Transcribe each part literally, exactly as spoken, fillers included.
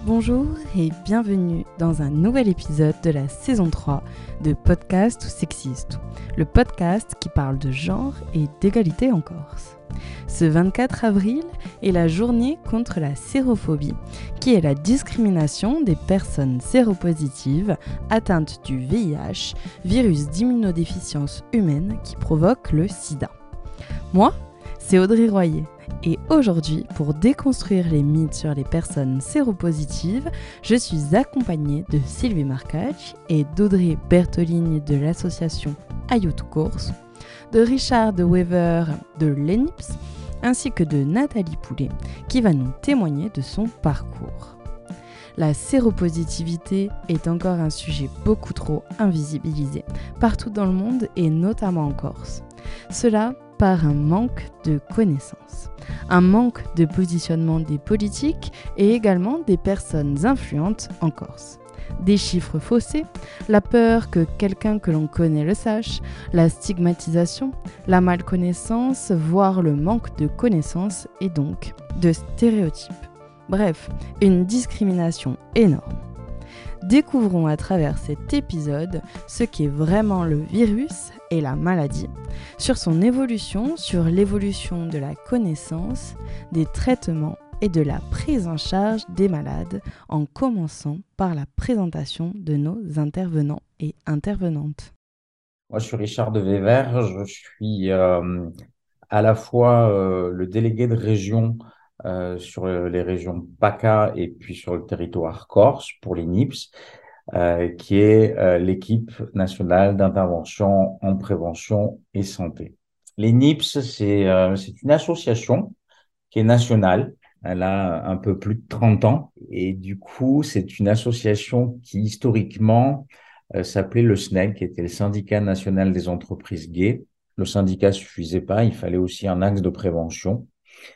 Bonjour et bienvenue dans un nouvel épisode de la saison trois de Podcast ou Sexiste, le podcast qui parle de genre et d'égalité en Corse. Ce vingt-quatre avril est la journée contre la sérophobie, qui est la discrimination des personnes séropositives atteintes du V I H, virus d'immunodéficience humaine qui provoque le sida. Moi, c'est Audrey Royer. Et aujourd'hui, pour déconstruire les mythes sur les personnes séropositives, je suis accompagnée de Sylvie Marcach et d'Audrey Bertolini de l'association Ayutu Corse, de Richard de Wever de l'E N I P S, ainsi que de Nathalie Poulet, qui va nous témoigner de son parcours. La séropositivité est encore un sujet beaucoup trop invisibilisé, partout dans le monde et notamment en Corse. Cela par un manque de connaissances, un manque de positionnement des politiques et également des personnes influentes en Corse. Des chiffres faussés, la peur que quelqu'un que l'on connaît le sache, la stigmatisation, la malconnaissance, voire le manque de connaissances et donc de stéréotypes. Bref, une discrimination énorme. Découvrons à travers cet épisode ce qu'est vraiment le virus et la maladie, sur son évolution, sur l'évolution de la connaissance, des traitements et de la prise en charge des malades, en commençant par la présentation de nos intervenants et intervenantes. Moi, je suis Richard de Wever, je suis euh, à la fois euh, le délégué de région euh, sur les régions PACA et puis sur le territoire corse pour l'E N I P S, euh, qui est euh, l'équipe nationale d'intervention en prévention et santé. L'E N I P S, c'est euh, c'est une association qui est nationale. Elle a un peu plus de trente ans et du coup, c'est une association qui historiquement euh, s'appelait le S N E G, qui était le syndicat national des entreprises gays. Le syndicat suffisait pas, il fallait aussi un axe de prévention.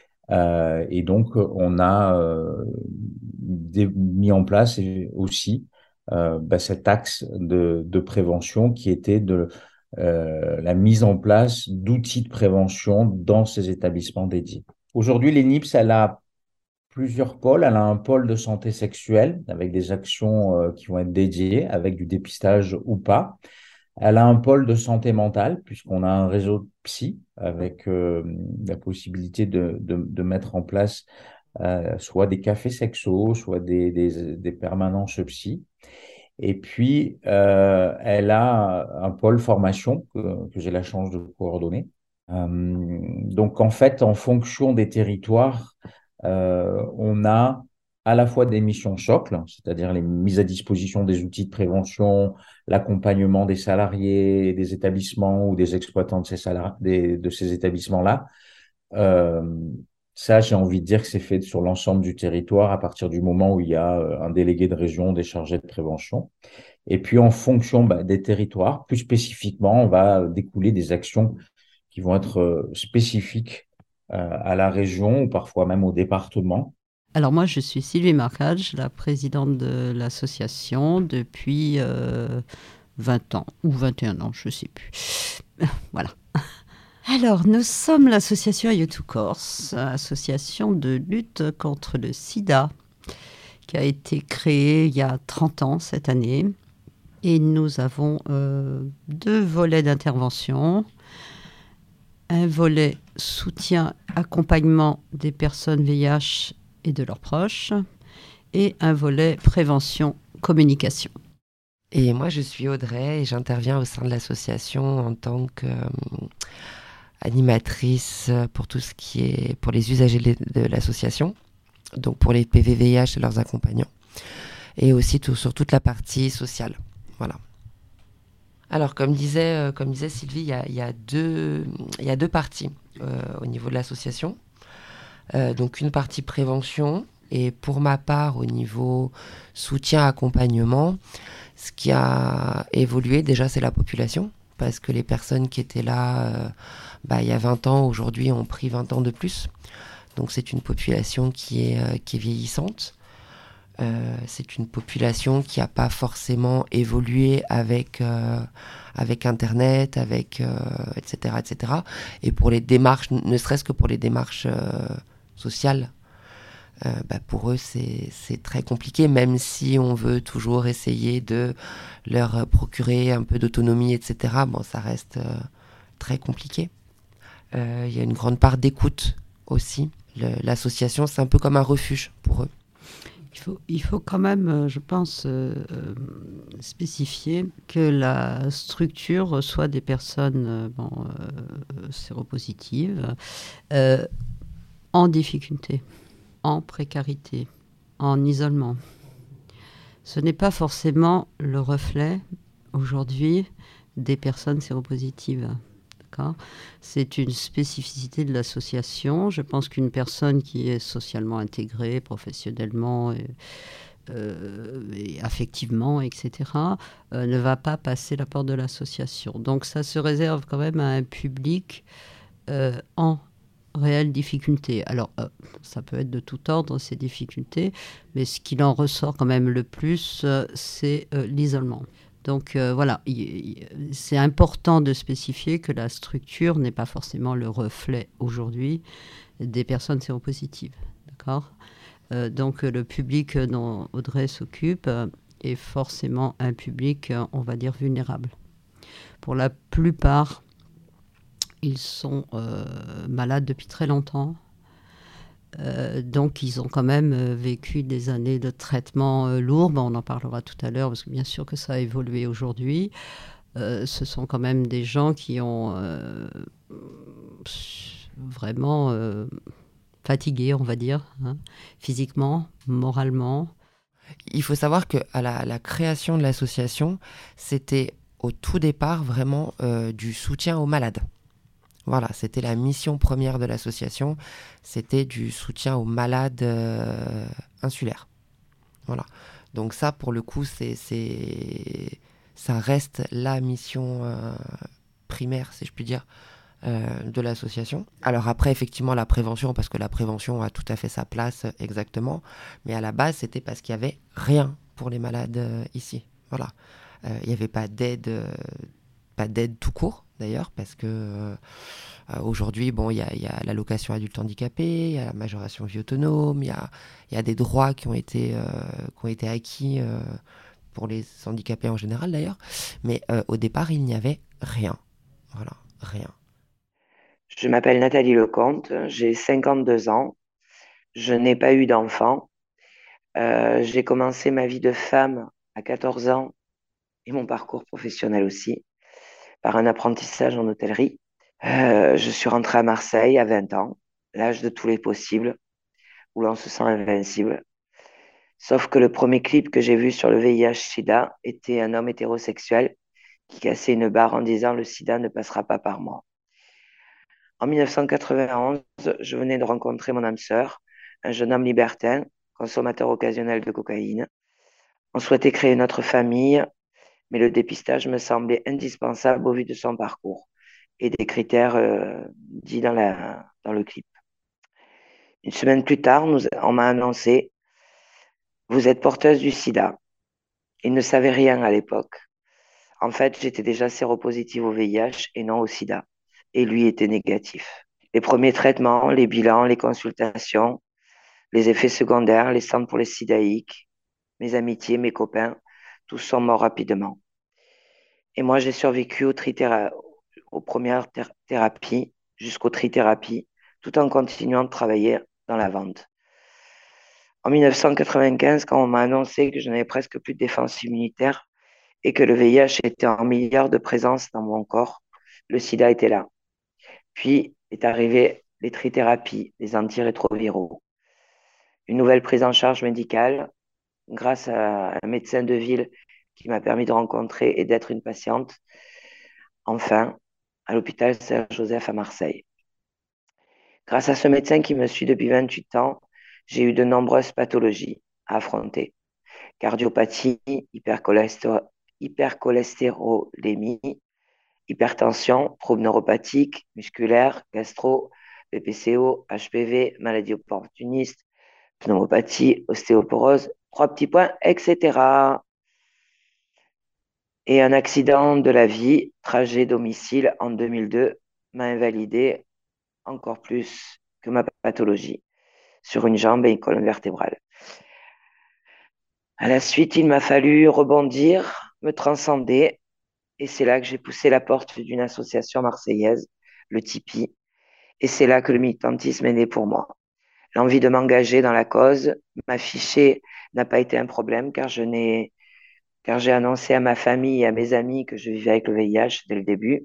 Euh, et donc, on a euh, des, mis en place aussi euh, bah, cet axe de, de prévention qui était de euh, la mise en place d'outils de prévention dans ces établissements dédiés. Aujourd'hui, l'E N I P S, elle a plusieurs pôles. Elle a un pôle de santé sexuelle avec des actions euh, qui vont être dédiées, avec du dépistage ou pas. Elle a un pôle de santé mentale, puisqu'on a un réseau de psy, avec euh, la possibilité de, de, de mettre en place euh, soit des cafés sexos, soit des, des, des permanences psy. Et puis, euh, elle a un pôle formation que, que j'ai la chance de coordonner. Euh, donc, en fait, en fonction des territoires, euh, on a à la fois des missions socles, c'est-à-dire les mises à disposition des outils de prévention, l'accompagnement des salariés, des établissements ou des exploitants de ces, salari- des, de ces établissements-là. Euh, ça, j'ai envie de dire que c'est fait sur l'ensemble du territoire à partir du moment où il y a euh, un délégué de région, des chargés de prévention. Et puis, en fonction bah, des territoires, plus spécifiquement, on va découler des actions qui vont être euh, spécifiques euh, à la région ou parfois même au département. Alors moi, je suis Sylvie Marcach, la présidente de l'association depuis euh, vingt ans, ou vingt et un ans, je ne sais plus. Voilà. Alors, nous sommes l'association Ayutu Corse, association de lutte contre le sida, qui a été créée il y a trente ans cette année. Et nous avons euh, deux volets d'intervention. Un volet soutien, accompagnement des personnes V I H et de leurs proches, et un volet prévention, communication. Et moi, je suis Audrey et j'interviens au sein de l'association en tant qu'animatrice pour tout ce qui est pour les usagers de l'association, donc pour les P V V I H et leurs accompagnants, et aussi tout, sur toute la partie sociale. Voilà. Alors, comme disait, comme disait Sylvie, il y a, il y a deux, il y a deux parties euh, au niveau de l'association. Euh, donc, une partie prévention et pour ma part, au niveau soutien, accompagnement, ce qui a évolué déjà, c'est la population. Parce que les personnes qui étaient là euh, bah, il y a vingt ans, aujourd'hui, ont pris vingt ans de plus. Donc, c'est une population qui est, euh, qui est vieillissante. Euh, c'est une population qui n'a pas forcément évolué avec, euh, avec Internet, avec, euh, et cetera, et cetera. Et pour les démarches, ne serait-ce que pour les démarches euh, sociales, euh, bah, pour eux, c'est, c'est très compliqué, même si on veut toujours essayer de leur procurer un peu d'autonomie, et cetera. Bon, ça reste euh, très compliqué. Euh, Il y a une grande part d'écoute aussi. Le, l'association, c'est un peu comme un refuge pour eux. Il faut, il faut quand même, je pense, euh, euh, spécifier que la structure reçoit des personnes euh, bon, euh, séropositives euh, en difficulté, en précarité, en isolement. Ce n'est pas forcément le reflet, aujourd'hui, des personnes séropositives. D'accord ? C'est une spécificité de l'association. Je pense qu'une personne qui est socialement intégrée, professionnellement et, euh, et affectivement, et cetera, euh, ne va pas passer la porte de l'association. Donc ça se réserve quand même à un public euh, en réelle difficulté. Alors, euh, ça peut être de tout ordre, ces difficultés, mais ce qu'il en ressort quand même le plus, euh, c'est euh, l'isolement. Donc euh, voilà, il, il, c'est important de spécifier que la structure n'est pas forcément le reflet aujourd'hui des personnes séropositives. D'accord ? euh, Donc le public dont Audrey s'occupe euh, est forcément un public, euh, on va dire, vulnérable. Pour la plupart, ils sont euh, malades depuis très longtemps. Euh, donc, ils ont quand même euh, vécu des années de traitement euh, lourd. Bon, on en parlera tout à l'heure, parce que bien sûr que ça a évolué aujourd'hui. Euh, ce sont quand même des gens qui ont euh, vraiment euh, fatigué, on va dire, hein, physiquement, moralement. Il faut savoir que à la, la création de l'association, c'était au tout départ vraiment euh, du soutien aux malades. Voilà, c'était la mission première de l'association, c'était du soutien aux malades euh, insulaires. Voilà. Donc ça, pour le coup, c'est, c'est, ça reste la mission euh, primaire, si je puis dire, euh, de l'association. Alors après, effectivement, la prévention, parce que la prévention a tout à fait sa place euh, exactement, mais à la base, c'était parce qu'il n'y avait rien pour les malades euh, ici. Voilà. Euh, il n'y avait pas d'aide, euh, pas d'aide tout court, d'ailleurs, parce que euh, aujourd'hui, bon, il y a, y a l'allocation adulte handicapé, il y a la majoration vie autonome, il y a, y a des droits qui ont été, euh, qui ont été acquis euh, pour les handicapés en général, d'ailleurs. Mais euh, au départ, il n'y avait rien. Voilà, rien. Je m'appelle Nathalie Lecomte, j'ai cinquante-deux ans, je n'ai pas eu d'enfant. Euh, j'ai commencé ma vie de femme à quatorze ans et mon parcours professionnel aussi par un apprentissage en hôtellerie. Euh, je suis rentrée à Marseille à vingt ans, l'âge de tous les possibles, où l'on se sent invincible. Sauf que le premier clip que j'ai vu sur le V I H-Sida était un homme hétérosexuel qui cassait une barre en disant « Le sida ne passera pas par moi ». En mille neuf cent quatre-vingt-onze, je venais de rencontrer mon âme sœur, un jeune homme libertin, consommateur occasionnel de cocaïne. On souhaitait créer notre famille, mais le dépistage me semblait indispensable au vu de son parcours et des critères euh, dits dans, la, dans le clip. Une semaine plus tard, nous, on m'a annoncé « Vous êtes porteuse du sida ». Il ne savait rien à l'époque. En fait, j'étais déjà séropositive au V I H et non au sida, et lui était négatif. Les premiers traitements, les bilans, les consultations, les effets secondaires, les centres pour les sidaïques, mes amitiés, mes copains, tous sont morts rapidement. Et moi, j'ai survécu aux, trithéra- aux premières thé- thérapies, jusqu'aux trithérapies, tout en continuant de travailler dans la vente. En mille neuf cent quatre-vingt-quinze, quand on m'a annoncé que je n'avais presque plus de défense immunitaire et que le V I H était en milliards de présence dans mon corps, le sida était là. Puis est arrivé les trithérapies, les antirétroviraux. Une nouvelle prise en charge médicale grâce à un médecin de ville qui m'a permis de rencontrer et d'être une patiente, enfin, à l'hôpital Saint-Joseph à Marseille. Grâce à ce médecin qui me suit depuis vingt-huit ans, j'ai eu de nombreuses pathologies à affronter. Cardiopathie, hypercholestéro- hypercholestérolémie, hypertension, troubles neuropathiques, musculaires, gastro, B P C O, H P V, maladie opportuniste, pneumopathie, ostéoporose, trois petits points, et cetera. Et un accident de la vie, trajet domicile en deux mille deux, m'a invalidé encore plus que ma pathologie. sur une jambe et une colonne vertébrale. À la suite, il m'a fallu rebondir, me transcender, et c'est là que j'ai poussé la porte d'une association marseillaise, le Tipeee, et c'est là que le militantisme est né pour moi. L'envie de m'engager dans la cause, m'afficher n'a pas été un problème car je n'ai, car j'ai annoncé à ma famille et à mes amis que je vivais avec le V I H dès le début.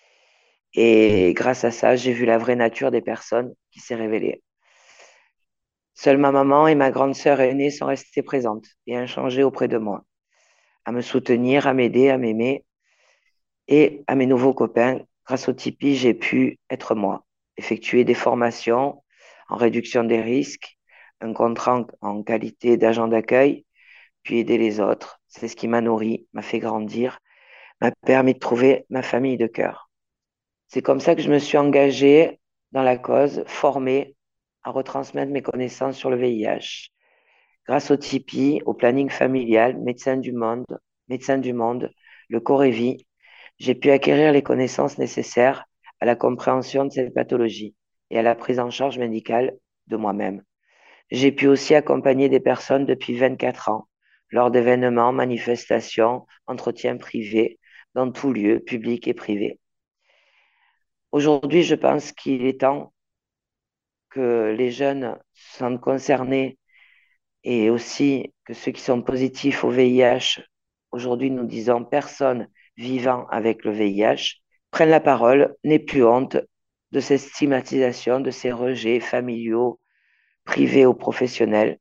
Et grâce à ça, j'ai vu la vraie nature des personnes qui s'est révélée. Seule ma maman et ma grande sœur aînée sont restées présentes et inchangées auprès de moi, à me soutenir, à m'aider, à m'aimer. Et à mes nouveaux copains, grâce au Tipeee, j'ai pu être moi, effectuer des formations en réduction des risques, un contrat en, en qualité d'agent d'accueil, puis aider les autres. C'est ce qui m'a nourri, m'a fait grandir, m'a permis de trouver ma famille de cœur. C'est comme ça que je me suis engagée dans la cause, formée à retransmettre mes connaissances sur le V I H. Grâce au Tipeee, au planning familial, Médecins du Monde, Médecins du Monde, le Corévi, j'ai pu acquérir les connaissances nécessaires à la compréhension de cette pathologie et à la prise en charge médicale de moi-même. J'ai pu aussi accompagner des personnes depuis vingt-quatre ans lors d'événements, manifestations, entretiens privés, dans tout lieu, public et privé. Aujourd'hui, je pense qu'il est temps que les jeunes se sentent concernés et aussi que ceux qui sont positifs au V I H, aujourd'hui nous disons personnes vivant avec le V I H, prennent la parole, n'aient plus honte de ces stigmatisations, de ces rejets familiaux, privés ou professionnels.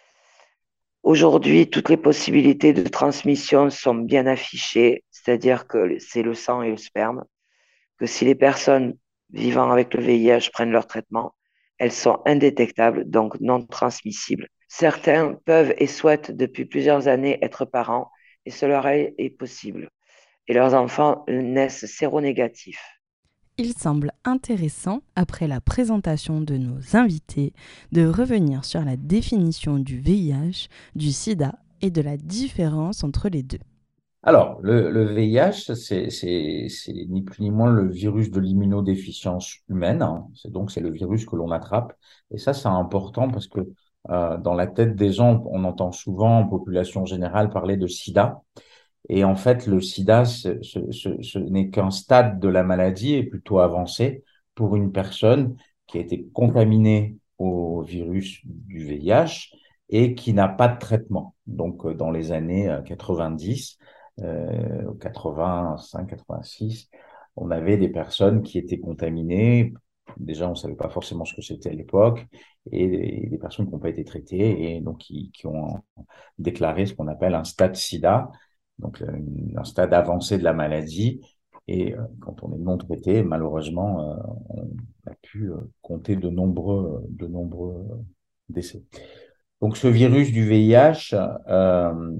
Aujourd'hui, toutes les possibilités de transmission sont bien affichées, c'est-à-dire que c'est le sang et le sperme, que si les personnes vivant avec le V I H prennent leur traitement, elles sont indétectables, donc non transmissibles. Certains peuvent et souhaitent depuis plusieurs années être parents et cela est possible. Et leurs enfants naissent séronégatifs. Il semble intéressant, après la présentation de nos invités, de revenir sur la définition du V I H, du sida et de la différence entre les deux. Alors, le, le V I H, c'est, c'est, c'est ni plus ni moins le virus de l'immunodéficience humaine. Hein. C'est donc c'est le virus que l'on attrape. Et ça, c'est important parce que euh, dans la tête des gens, on entend souvent en population générale parler de sida. Et en fait, le sida, ce, ce, ce, ce n'est qu'un stade de la maladie et plutôt avancé pour une personne qui a été contaminée au virus du V I H et qui n'a pas de traitement. Donc, dans les années quatre-vingt-dix, euh, quatre-vingt-cinq, quatre-vingt-six, on avait des personnes qui étaient contaminées. Déjà, on ne savait pas forcément ce que c'était à l'époque, et des personnes qui n'ont pas été traitées et donc qui, qui ont déclaré ce qu'on appelle un stade sida, donc un stade avancé de la maladie. Et quand on est non traité, malheureusement, on a pu compter de nombreux, de nombreux décès. Donc, ce virus du V I H, euh,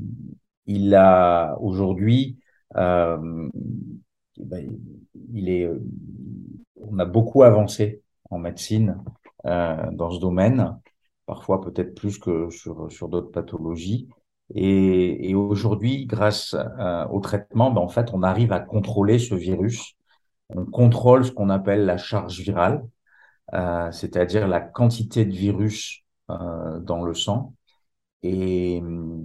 il a aujourd'hui, euh, ben, il est, on a beaucoup avancé en médecine euh, dans ce domaine, parfois peut-être plus que sur, sur d'autres pathologies. Et, et aujourd'hui, grâce euh, au traitement, ben, en fait, on arrive à contrôler ce virus. On contrôle ce qu'on appelle la charge virale, euh, c'est-à-dire la quantité de virus euh, dans le sang. Et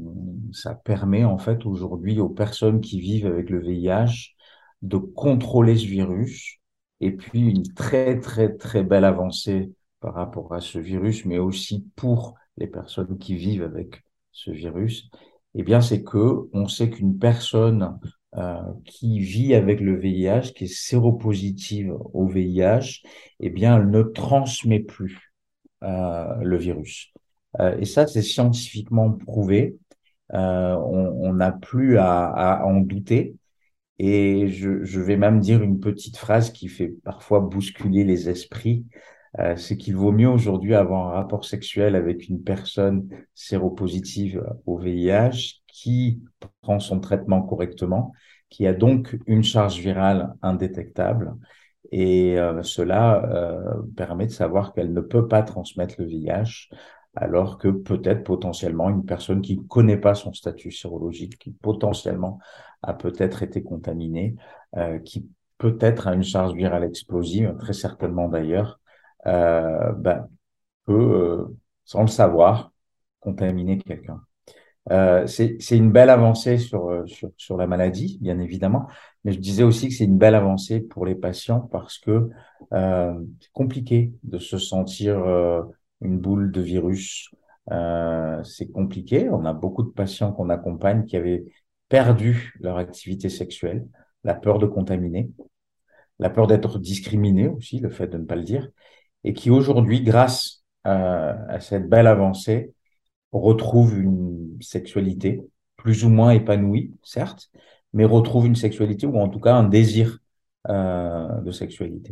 ça permet en fait aujourd'hui aux personnes qui vivent avec le V I H de contrôler ce virus. Et puis une très très très belle avancée par rapport à ce virus, mais aussi pour les personnes qui vivent avec ce virus, eh bien c'est que on sait qu'une personne euh, qui vit avec le V I H, qui est séropositive au V I H, eh bien elle ne transmet plus euh, le virus. Euh, et ça, c'est scientifiquement prouvé. Euh, on n'a plus à, à en douter. Et je, je vais même dire une petite phrase qui fait parfois bousculer les esprits. Euh, c'est qu'il vaut mieux aujourd'hui avoir un rapport sexuel avec une personne séropositive au V I H qui prend son traitement correctement, qui a donc une charge virale indétectable. Et euh, cela euh, permet de savoir qu'elle ne peut pas transmettre le V I H, alors que peut-être potentiellement une personne qui ne connaît pas son statut sérologique, qui potentiellement a peut-être été contaminée, euh, qui peut-être a une charge virale explosive, très certainement d'ailleurs, euh, ben, peut, euh, sans le savoir, contaminer quelqu'un. Euh, c'est, c'est une belle avancée sur, euh, sur, sur la maladie, bien évidemment, mais je disais aussi que c'est une belle avancée pour les patients parce que euh, c'est compliqué de se sentir euh, une boule de virus. Euh, c'est compliqué. On a beaucoup de patients qu'on accompagne qui avaient perdu leur activité sexuelle, la peur de contaminer, la peur d'être discriminé aussi, le fait de ne pas le dire, et qui aujourd'hui, grâce à, à cette belle avancée, retrouve une sexualité plus ou moins épanouie, certes, mais retrouve une sexualité ou en tout cas un désir euh, de sexualité.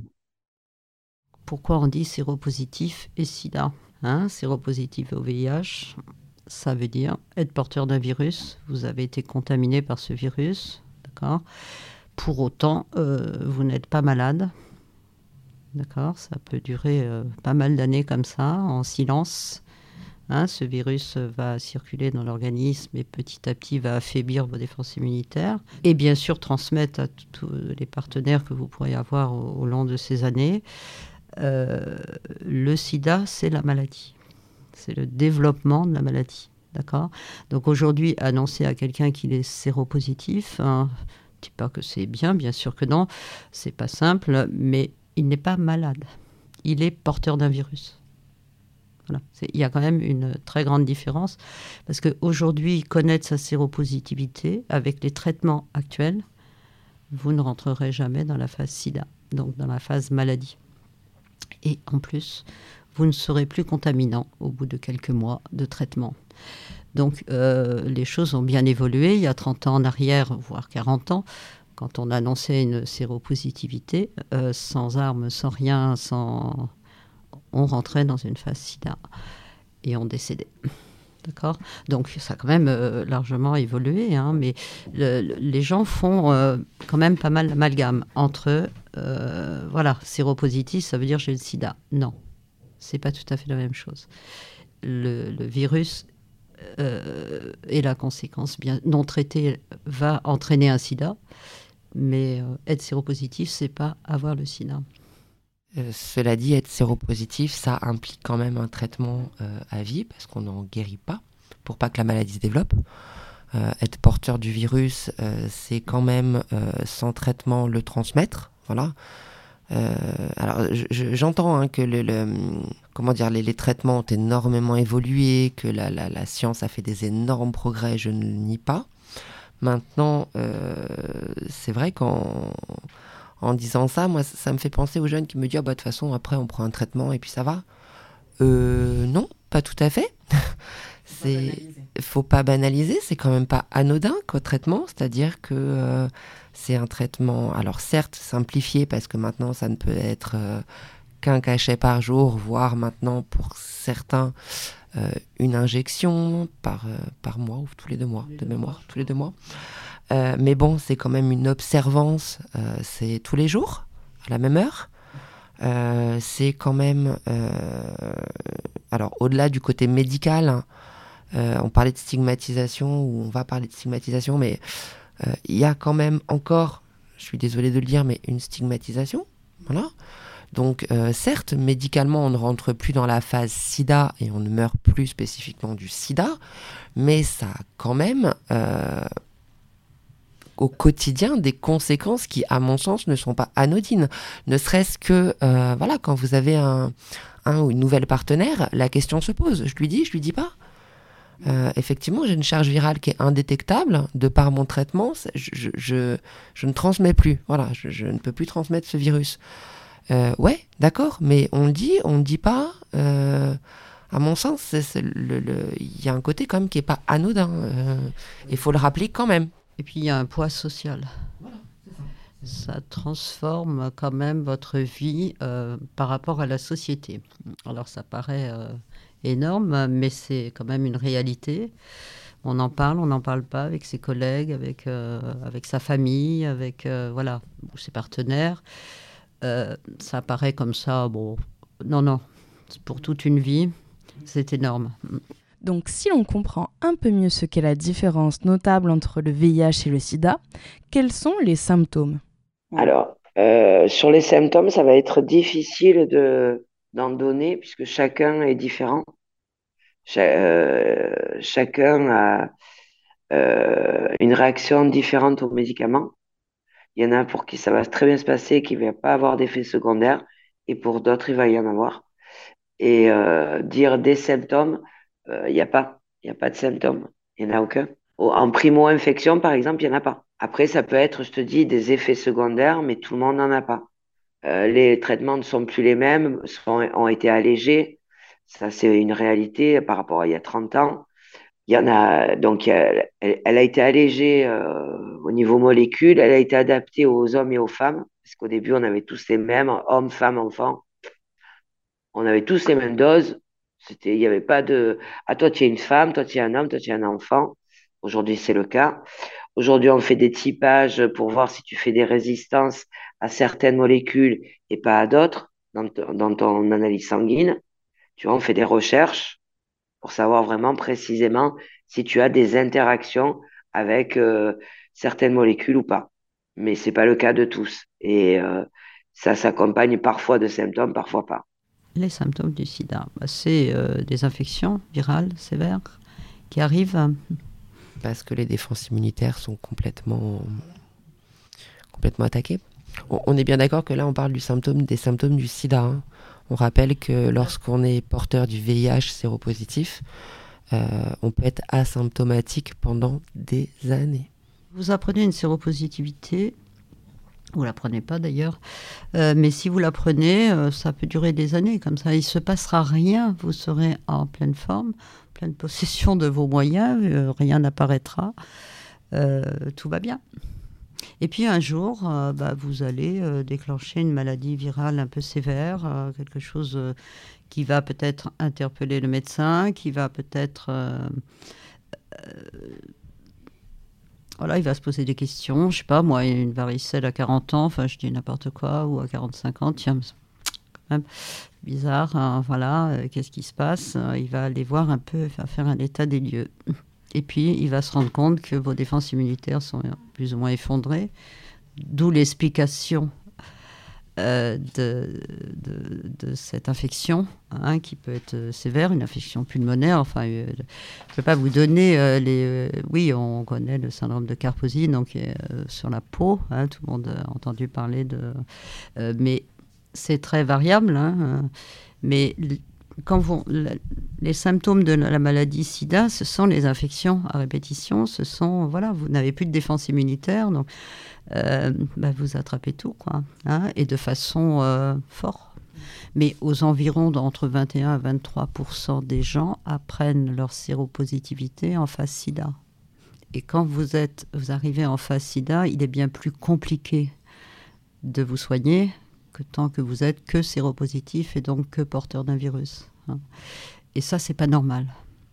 Pourquoi on dit séropositif et sida, hein, séropositif au V I H, ça veut dire être porteur d'un virus. Vous avez été contaminé par ce virus, d'accord. Pour autant, euh, vous n'êtes pas malade, d'accord. Ça peut durer euh, pas mal d'années comme ça, en silence. Hein, ce virus va circuler dans l'organisme et petit à petit va affaiblir vos défenses immunitaires et bien sûr transmettre à tous les partenaires que vous pourrez avoir au, au long de ces années. Euh, le sida, c'est la maladie. C'est le développement de la maladie. D'accord ? Donc aujourd'hui, annoncer à quelqu'un qu'il est séropositif, hein, je ne dis pas que c'est bien, bien sûr que non, c'est pas simple, mais il n'est pas malade. Il est porteur d'un virus. Voilà. C'est, il y a quand même une très grande différence parce qu'aujourd'hui, connaître sa séropositivité avec les traitements actuels, vous ne rentrerez jamais dans la phase sida, donc dans la phase maladie. Et en plus, vous ne serez plus contaminant au bout de quelques mois de traitement. Donc, euh, les choses ont bien évolué. Il y a trente ans en arrière, voire quarante ans, quand on annonçait une séropositivité, euh, sans armes, sans rien, sans... on rentrait dans une phase sida et on décédait. D'accord ? Donc, ça a quand même euh, largement évolué, hein, mais le, le, les gens font euh, quand même pas mal d'amalgame entre, euh, voilà, séropositif, ça veut dire j'ai le sida. Non, c'est pas tout à fait la même chose. Le, le virus euh, et la conséquence bien non traitée va entraîner un sida, mais euh, être séropositif, c'est pas avoir le sida. Euh, cela dit, être séropositif, ça implique quand même un traitement euh, à vie, parce qu'on n'en guérit pas, pour pas que la maladie se développe. Euh, être porteur du virus, euh, c'est quand même, euh, sans traitement, le transmettre. Voilà. Euh, alors, je, je, j'entends hein, que le, le, comment dire, les, les traitements ont énormément évolué, que la, la, la science a fait des énormes progrès, je ne le nie pas. Maintenant, euh, c'est vrai qu'en... En disant ça, moi, ça me fait penser aux jeunes qui me disent ah, « bah, de toute façon, après, on prend un traitement et puis ça va. Euh, » Non, pas tout à fait. Il ne faut pas banaliser, c'est quand même pas anodin qu'au traitement, c'est-à-dire que euh, c'est un traitement, alors certes, simplifié, parce que maintenant, ça ne peut être euh, qu'un cachet par jour, voire maintenant, pour certains, euh, une injection par, euh, par mois ou tous les deux mois, de mémoire, tous les deux mois. Euh, mais bon, c'est quand même une observance, euh, c'est tous les jours, à la même heure. Euh, c'est quand même, euh, alors au-delà du côté médical, hein, euh, on parlait de stigmatisation, ou on va parler de stigmatisation, mais il euh, y a quand même encore, je suis désolée de le dire, mais une stigmatisation, voilà. Donc euh, certes, médicalement, on ne rentre plus dans la phase sida et on ne meurt plus spécifiquement du sida, mais ça a quand même... Euh, au quotidien des conséquences qui, à mon sens, ne sont pas anodines. Ne serait-ce que, euh, voilà, quand vous avez un, un ou une nouvelle partenaire, la question se pose. Je lui dis, je lui dis pas. Euh, effectivement, j'ai une charge virale qui est indétectable. De par mon traitement, je, je, je, je ne transmets plus. Voilà, je, je ne peux plus transmettre ce virus. Euh, ouais, d'accord, mais on le dit, on ne dit pas... Euh, à mon sens, il y a un côté quand même qui n'est pas anodin. Il euh, faut le rappeler quand même. Et puis, il y a un poids social. Voilà, c'est ça. Ça transforme quand même votre vie euh, par rapport à la société. Alors, ça paraît euh, énorme, mais c'est quand même une réalité. On en parle, on n'en parle pas avec ses collègues, avec, euh, avec sa famille, avec euh, voilà, ses partenaires. Euh, ça paraît comme ça, bon, non, non, pour toute une vie, c'est énorme. Donc, si l'on comprend un peu mieux ce qu'est la différence notable entre le V I H et le sida, quels sont les symptômes ? Alors, euh, sur les symptômes, ça va être difficile de, d'en donner, puisque chacun est différent. Cha- euh, chacun a euh, une réaction différente aux médicaments. Il y en a pour qui ça va très bien se passer, qui ne va pas avoir d'effets secondaires, et pour d'autres, il va y en avoir. Et euh, dire des symptômes, euh, il n'y a pas. Il n'y a pas de symptômes. Il n'y en a aucun. Au- En primo-infection, par exemple, il n'y en a pas. Après, ça peut être, je te dis, des effets secondaires, mais tout le monde n'en a pas. Euh, les traitements ne sont plus les mêmes, sont- ont été allégés. Ça, c'est une réalité par rapport à il y a trente ans. Il y en a, donc, elle, elle- elle a été allégée euh, au niveau molécule, elle a été adaptée aux hommes et aux femmes, parce qu'au début, on avait tous les mêmes, hommes, femmes, enfants. On avait tous les mêmes doses. C'était, il n'y avait pas de, ah, toi, tu es une femme, toi, tu es un homme, toi, tu es un enfant. Aujourd'hui, c'est le cas. Aujourd'hui, on fait des typages pour voir si tu fais des résistances à certaines molécules et pas à d'autres dans, t- dans ton analyse sanguine. Tu vois, on fait des recherches pour savoir vraiment précisément si tu as des interactions avec euh, certaines molécules ou pas. Mais c'est pas le cas de tous. Et euh, ça s'accompagne parfois de symptômes, parfois pas. Les symptômes du sida, bah, c'est euh, des infections virales sévères qui arrivent. Parce que les défenses immunitaires sont complètement, complètement attaquées. On, on est bien d'accord que là, on parle du symptôme, des symptômes du sida. Hein. On rappelle que lorsqu'on est porteur du V I H séropositif, euh, on peut être asymptomatique pendant des années. Vous apprenez une séropositivité, vous la prenez pas d'ailleurs, euh, mais si vous la prenez, euh, ça peut durer des années comme ça. Il se passera rien, vous serez en pleine forme, pleine possession de vos moyens, euh, rien n'apparaîtra, euh, tout va bien. Et puis un jour, euh, bah, vous allez euh, déclencher une maladie virale un peu sévère, euh, quelque chose euh, qui va peut-être interpeller le médecin, qui va peut-être... euh, Voilà, il va se poser des questions. Je sais pas, moi, une varicelle à quarante ans, enfin, je dis n'importe quoi, ou à quarante-cinq ans, tiens, c'est quand même bizarre, hein, voilà, euh, qu'est-ce qui se passe? Euh, Il va aller voir un peu, il va faire un état des lieux. Et puis, il va se rendre compte que vos défenses immunitaires sont plus ou moins effondrées, d'où l'explication euh, de, de, de cette infection, hein, qui peut être sévère, une infection pulmonaire. Enfin, euh, je ne peux pas vous donner euh, les... euh, oui, on connaît le syndrome de Kaposi, donc euh, sur la peau, hein, tout le monde a entendu parler de... euh, mais c'est très variable, hein, euh, mais l- quand vous, la- les symptômes de la maladie sida, ce sont les infections à répétition, ce sont, voilà, vous n'avez plus de défense immunitaire, donc euh, bah, vous attrapez tout, quoi, hein, et de façon euh, forte. Mais aux environs d'entre vingt et un à vingt-trois pour cent des gens apprennent leur séropositivité en phase sida. Et quand vous êtes, vous arrivez en phase sida, il est bien plus compliqué de vous soigner que tant que vous êtes que séropositif et donc que porteur d'un virus, hein. Et ça, c'est pas normal.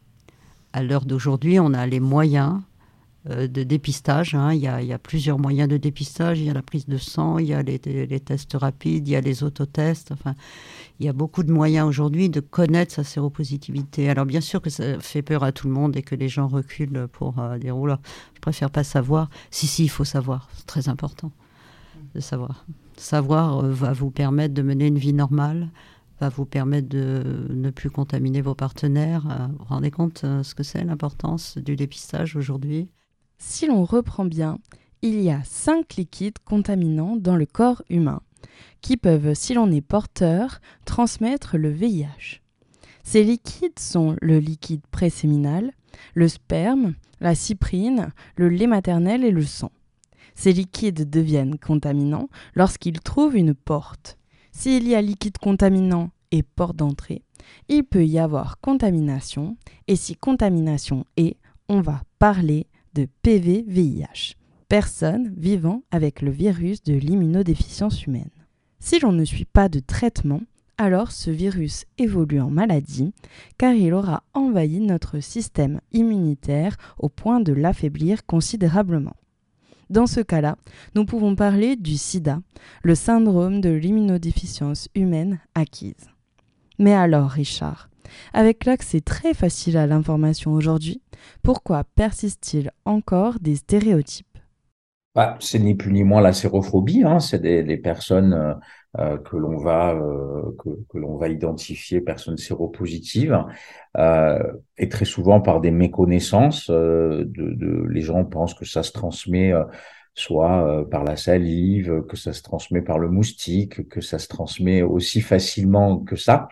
À l'heure d'aujourd'hui, on a les moyens euh, de dépistage, hein. Il y a, il y a plusieurs moyens de dépistage. Il y a la prise de sang, il y a les, les tests rapides, il y a les autotests. Enfin, il y a beaucoup de moyens aujourd'hui de connaître sa séropositivité. Alors bien sûr que ça fait peur à tout le monde et que les gens reculent pour euh, dire « Oula, je préfère pas savoir ». Si, si, il faut savoir. C'est très important de savoir. Savoir euh, va vous permettre de mener une vie normale, va vous permettre de ne plus contaminer vos partenaires. Euh, vous vous rendez compte euh, ce que c'est l'importance du dépistage aujourd'hui? Si l'on reprend bien, il y a cinq liquides contaminants dans le corps humain qui peuvent, si l'on est porteur, transmettre le V I H. Ces liquides sont le liquide préséminal, le sperme, la cyprine, le lait maternel et le sang. Ces liquides deviennent contaminants lorsqu'ils trouvent une porte. S'il y a liquide contaminant et porte d'entrée, il peut y avoir contamination, et si contamination est, on va parler de P V V I H, personne vivant avec le virus de l'immunodéficience humaine. Si l'on ne suit pas de traitement, alors ce virus évolue en maladie, car il aura envahi notre système immunitaire au point de l'affaiblir considérablement. Dans ce cas-là, nous pouvons parler du sida, le syndrome de l'immunodéficience humaine acquise. Mais alors, Richard, avec l'accès très facile à l'information aujourd'hui, pourquoi persiste-t-il encore des stéréotypes ? Bah, c'est ni plus ni moins la sérophobie, hein. C'est des, des personnes euh, euh, que l'on va euh, que, que l'on va identifier personnes séropositives, euh, et très souvent par des méconnaissances. Euh, de, de, les gens pensent que ça se transmet euh, soit euh, par la salive, que ça se transmet par le moustique, que ça se transmet aussi facilement que ça.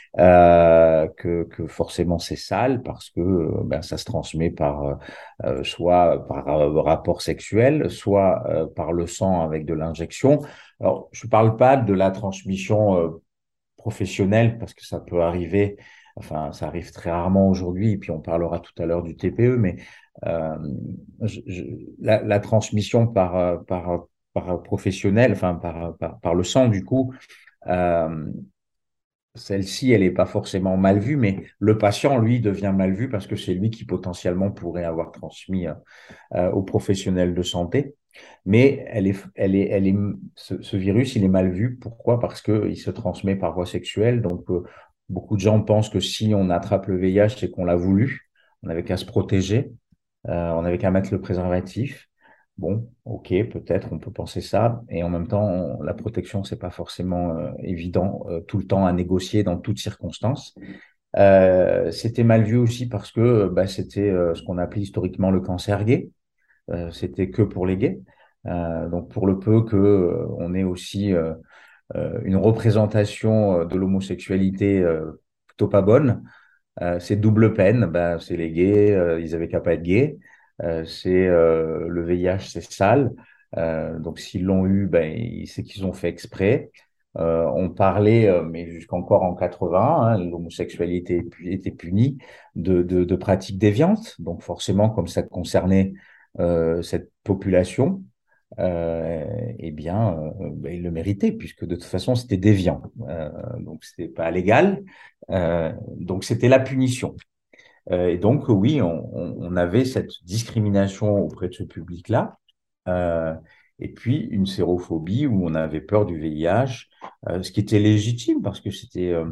Euh, que, que forcément c'est sale parce que euh, ben, ça se transmet par euh, soit par euh, rapport sexuel, soit euh, par le sang avec de l'injection. Alors, je parle pas de la transmission euh, professionnelle parce que ça peut arriver, enfin, ça arrive très rarement aujourd'hui, et puis on parlera tout à l'heure du T P E, mais euh, je, je, la, la transmission par, euh, par, par professionnel, enfin, par, par, par le sang, du coup, euh, celle-ci, elle n'est pas forcément mal vue, mais le patient, lui, devient mal vu parce que c'est lui qui potentiellement pourrait avoir transmis euh, aux professionnels de santé. Mais elle est, elle est, elle est, ce, ce virus, il est mal vu. Pourquoi? Parce qu'il se transmet par voie sexuelle. Donc, euh, beaucoup de gens pensent que si on attrape le V I H, c'est qu'on l'a voulu. On n'avait qu'à se protéger. Euh, on n'avait qu'à mettre le préservatif. Bon, ok, peut-être on peut penser ça. Et en même temps, on- la protection, c'est pas forcément euh, évident euh, tout le temps à négocier dans toutes circonstances. Euh, c'était mal vu aussi parce que euh, bah, c'était euh, ce qu'on appelait historiquement le cancer gay. Euh, c'était que pour les gays. Euh, donc pour le peu que euh, on ait aussi euh, euh, une représentation euh, de l'homosexualité euh, plutôt pas bonne, euh, c'est double peine. Ben, c'est les gays, euh, ils avaient qu'à pas être gays. Euh, c'est euh, le V I H, c'est sale. Euh, donc s'ils l'ont eu, ben c'est qu'ils ont fait exprès. Euh, on parlait, euh, mais jusqu'encore en quatre-vingts, hein, l'homosexualité était punie de, de, de pratiques déviantes. Donc forcément, comme ça concernait euh, cette population, euh, eh bien, euh, ben, il le méritait, puisque de toute façon, c'était déviant. Euh, donc, c'était pas légal. Euh, donc, c'était la punition. Euh, et donc, oui, on, on, on avait cette discrimination auprès de ce public-là. Euh, et puis, une sérophobie où on avait peur du V I H, euh, ce qui était légitime, parce que c'était, euh,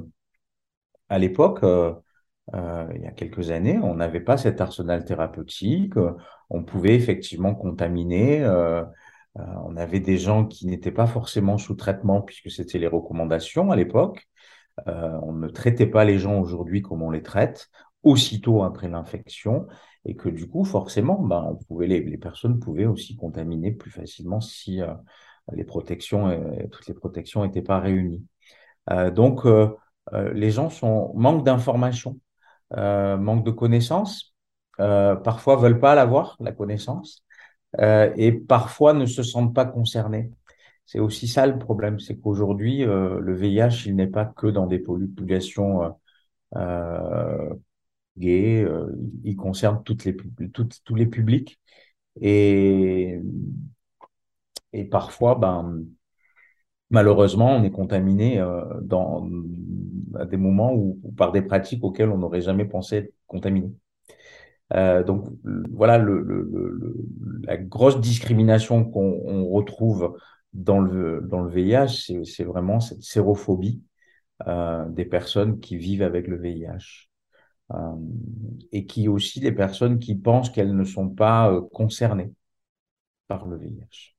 à l'époque, euh, euh, il y a quelques années, on n'avait pas cet arsenal thérapeutique. euh, On pouvait effectivement contaminer. euh, euh, on avait des gens qui n'étaient pas forcément sous traitement puisque c'était les recommandations à l'époque. Euh, on ne traitait pas les gens aujourd'hui comme on les traite, aussitôt après l'infection, et que du coup, forcément, ben, on pouvait, les, les personnes pouvaient aussi contaminer plus facilement si euh, les protections, euh, toutes les protections n'étaient pas réunies. Euh, donc, euh, euh, les gens sont manquent d'informations, euh, manquent de connaissances, euh, parfois veulent pas l'avoir, la connaissance, euh, et parfois ne se sentent pas concernés. C'est aussi ça le problème, c'est qu'aujourd'hui, euh, le V I H, il n'est pas que dans des populations euh, euh, gays, euh, il concerne toutes les, toutes, tous les publics. Et, et parfois, ben, malheureusement, on est contaminé euh, dans, à des moments où, ou par des pratiques auxquelles on n'aurait jamais pensé être contaminé. Euh, donc le- voilà le, le, le, la grosse discrimination qu'on on retrouve dans le, dans le V I H, c'est, c'est vraiment cette sérophobie euh, des personnes qui vivent avec le V I H. Euh, et qui aussi des personnes qui pensent qu'elles ne sont pas euh, concernées par le V I H.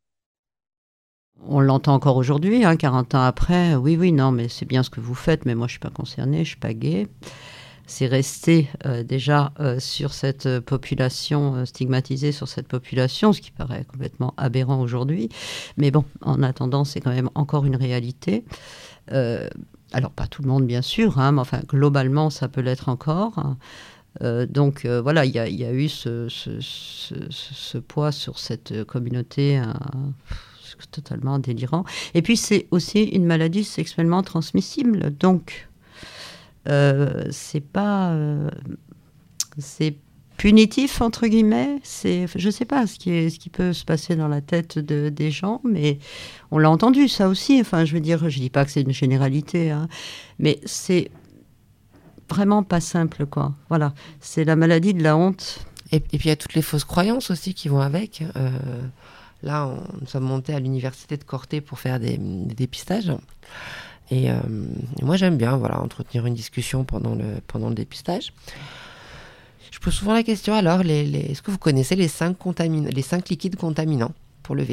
On l'entend encore aujourd'hui, hein, quarante ans après. Oui, oui, non, mais c'est bien ce que vous faites, mais moi, je ne suis pas concernée, je ne suis pas gay. C'est resté euh, déjà euh, sur cette euh, population, euh, stigmatisé sur cette population, ce qui paraît complètement aberrant aujourd'hui. Mais bon, en attendant, c'est quand même encore une réalité. Euh, alors, pas tout le monde, bien sûr, hein, mais enfin, globalement, ça peut l'être encore. Hein. Euh, donc, euh, voilà, il y, y a eu ce, ce, ce, ce poids sur cette communauté hein, totalement délirant. Et puis, c'est aussi une maladie sexuellement transmissible. Donc, euh, c'est pas... Euh, c'est punitif, entre guillemets. C'est, je ne sais pas ce qui, est, ce qui peut se passer dans la tête de, des gens, mais on l'a entendu, ça aussi. Enfin, je veux dire, je ne dis pas que c'est une généralité, hein, mais c'est vraiment pas simple, quoi. Voilà, c'est la maladie de la honte. Et, et puis, il y a toutes les fausses croyances aussi qui vont avec. Euh, là, on, nous sommes montés à l'université de Corté pour faire des, des dépistages. Et euh, moi, j'aime bien voilà, entretenir une discussion pendant le, pendant le dépistage. Je pose souvent la question, alors, les, les, est-ce que vous connaissez les cinq, contamin- les cinq liquides contaminants pour le V I H ?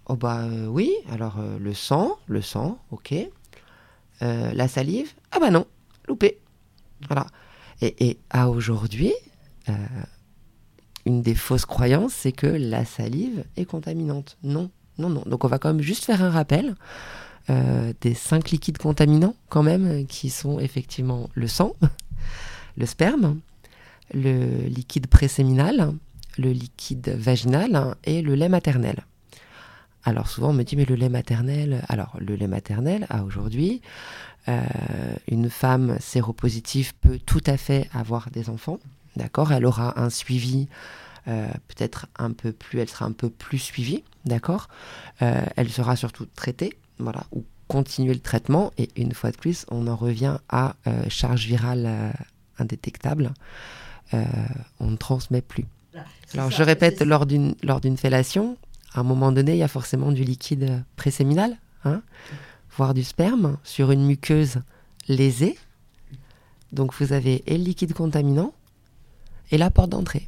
Oh bah euh, oui, alors euh, le sang, le sang, ok. Euh, la salive, ah bah non, loupé. Voilà. Et, et à aujourd'hui, euh, une des fausses croyances, c'est que la salive est contaminante. Non, non, non. Donc on va quand même juste faire un rappel euh, des cinq liquides contaminants quand même, qui sont effectivement le sang, le sperme, le liquide préséminal, le liquide vaginal et le lait maternel. Alors souvent on me dit mais le lait maternel, alors le lait maternel à aujourd'hui, euh, une femme séropositive peut tout à fait avoir des enfants, d'accord, elle aura un suivi euh, peut-être un peu plus, elle sera un peu plus suivie, d'accord, euh, elle sera surtout traitée, voilà, ou continuer le traitement, et une fois de plus on en revient à euh, charge virale euh, indétectable, euh, on ne transmet plus. Alors je répète, lors d'une lors d'une fellation, à un moment donné, il y a forcément du liquide préséminal, hein, voire du sperme, sur une muqueuse lésée. Donc vous avez et le liquide contaminant et la porte d'entrée.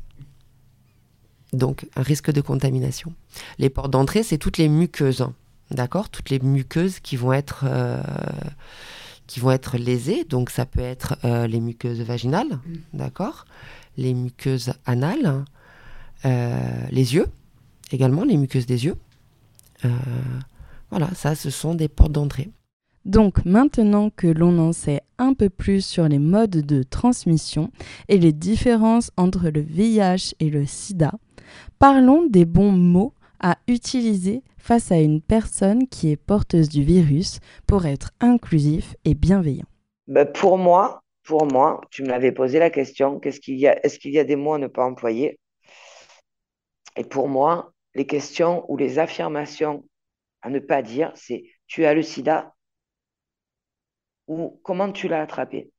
Donc un risque de contamination. Les portes d'entrée, c'est toutes les muqueuses, d'accord, toutes les muqueuses qui vont être euh, qui vont être lésées. Donc ça peut être euh, les muqueuses vaginales, d'accord, les muqueuses anales, euh, les yeux. Également les muqueuses des yeux. Euh, voilà, ça, ce sont des portes d'entrée. Donc maintenant que l'on en sait un peu plus sur les modes de transmission et les différences entre le V I H et le sida, parlons des bons mots à utiliser face à une personne qui est porteuse du virus pour être inclusif et bienveillant. Ben, pour moi, pour moi, tu me l'avais posé la question, qu'est-ce qu'il y a, est-ce qu'il y a des mots à ne pas employer? Et pour moi, les questions ou les affirmations à ne pas dire, c'est tu as le sida ou comment tu l'as attrapé?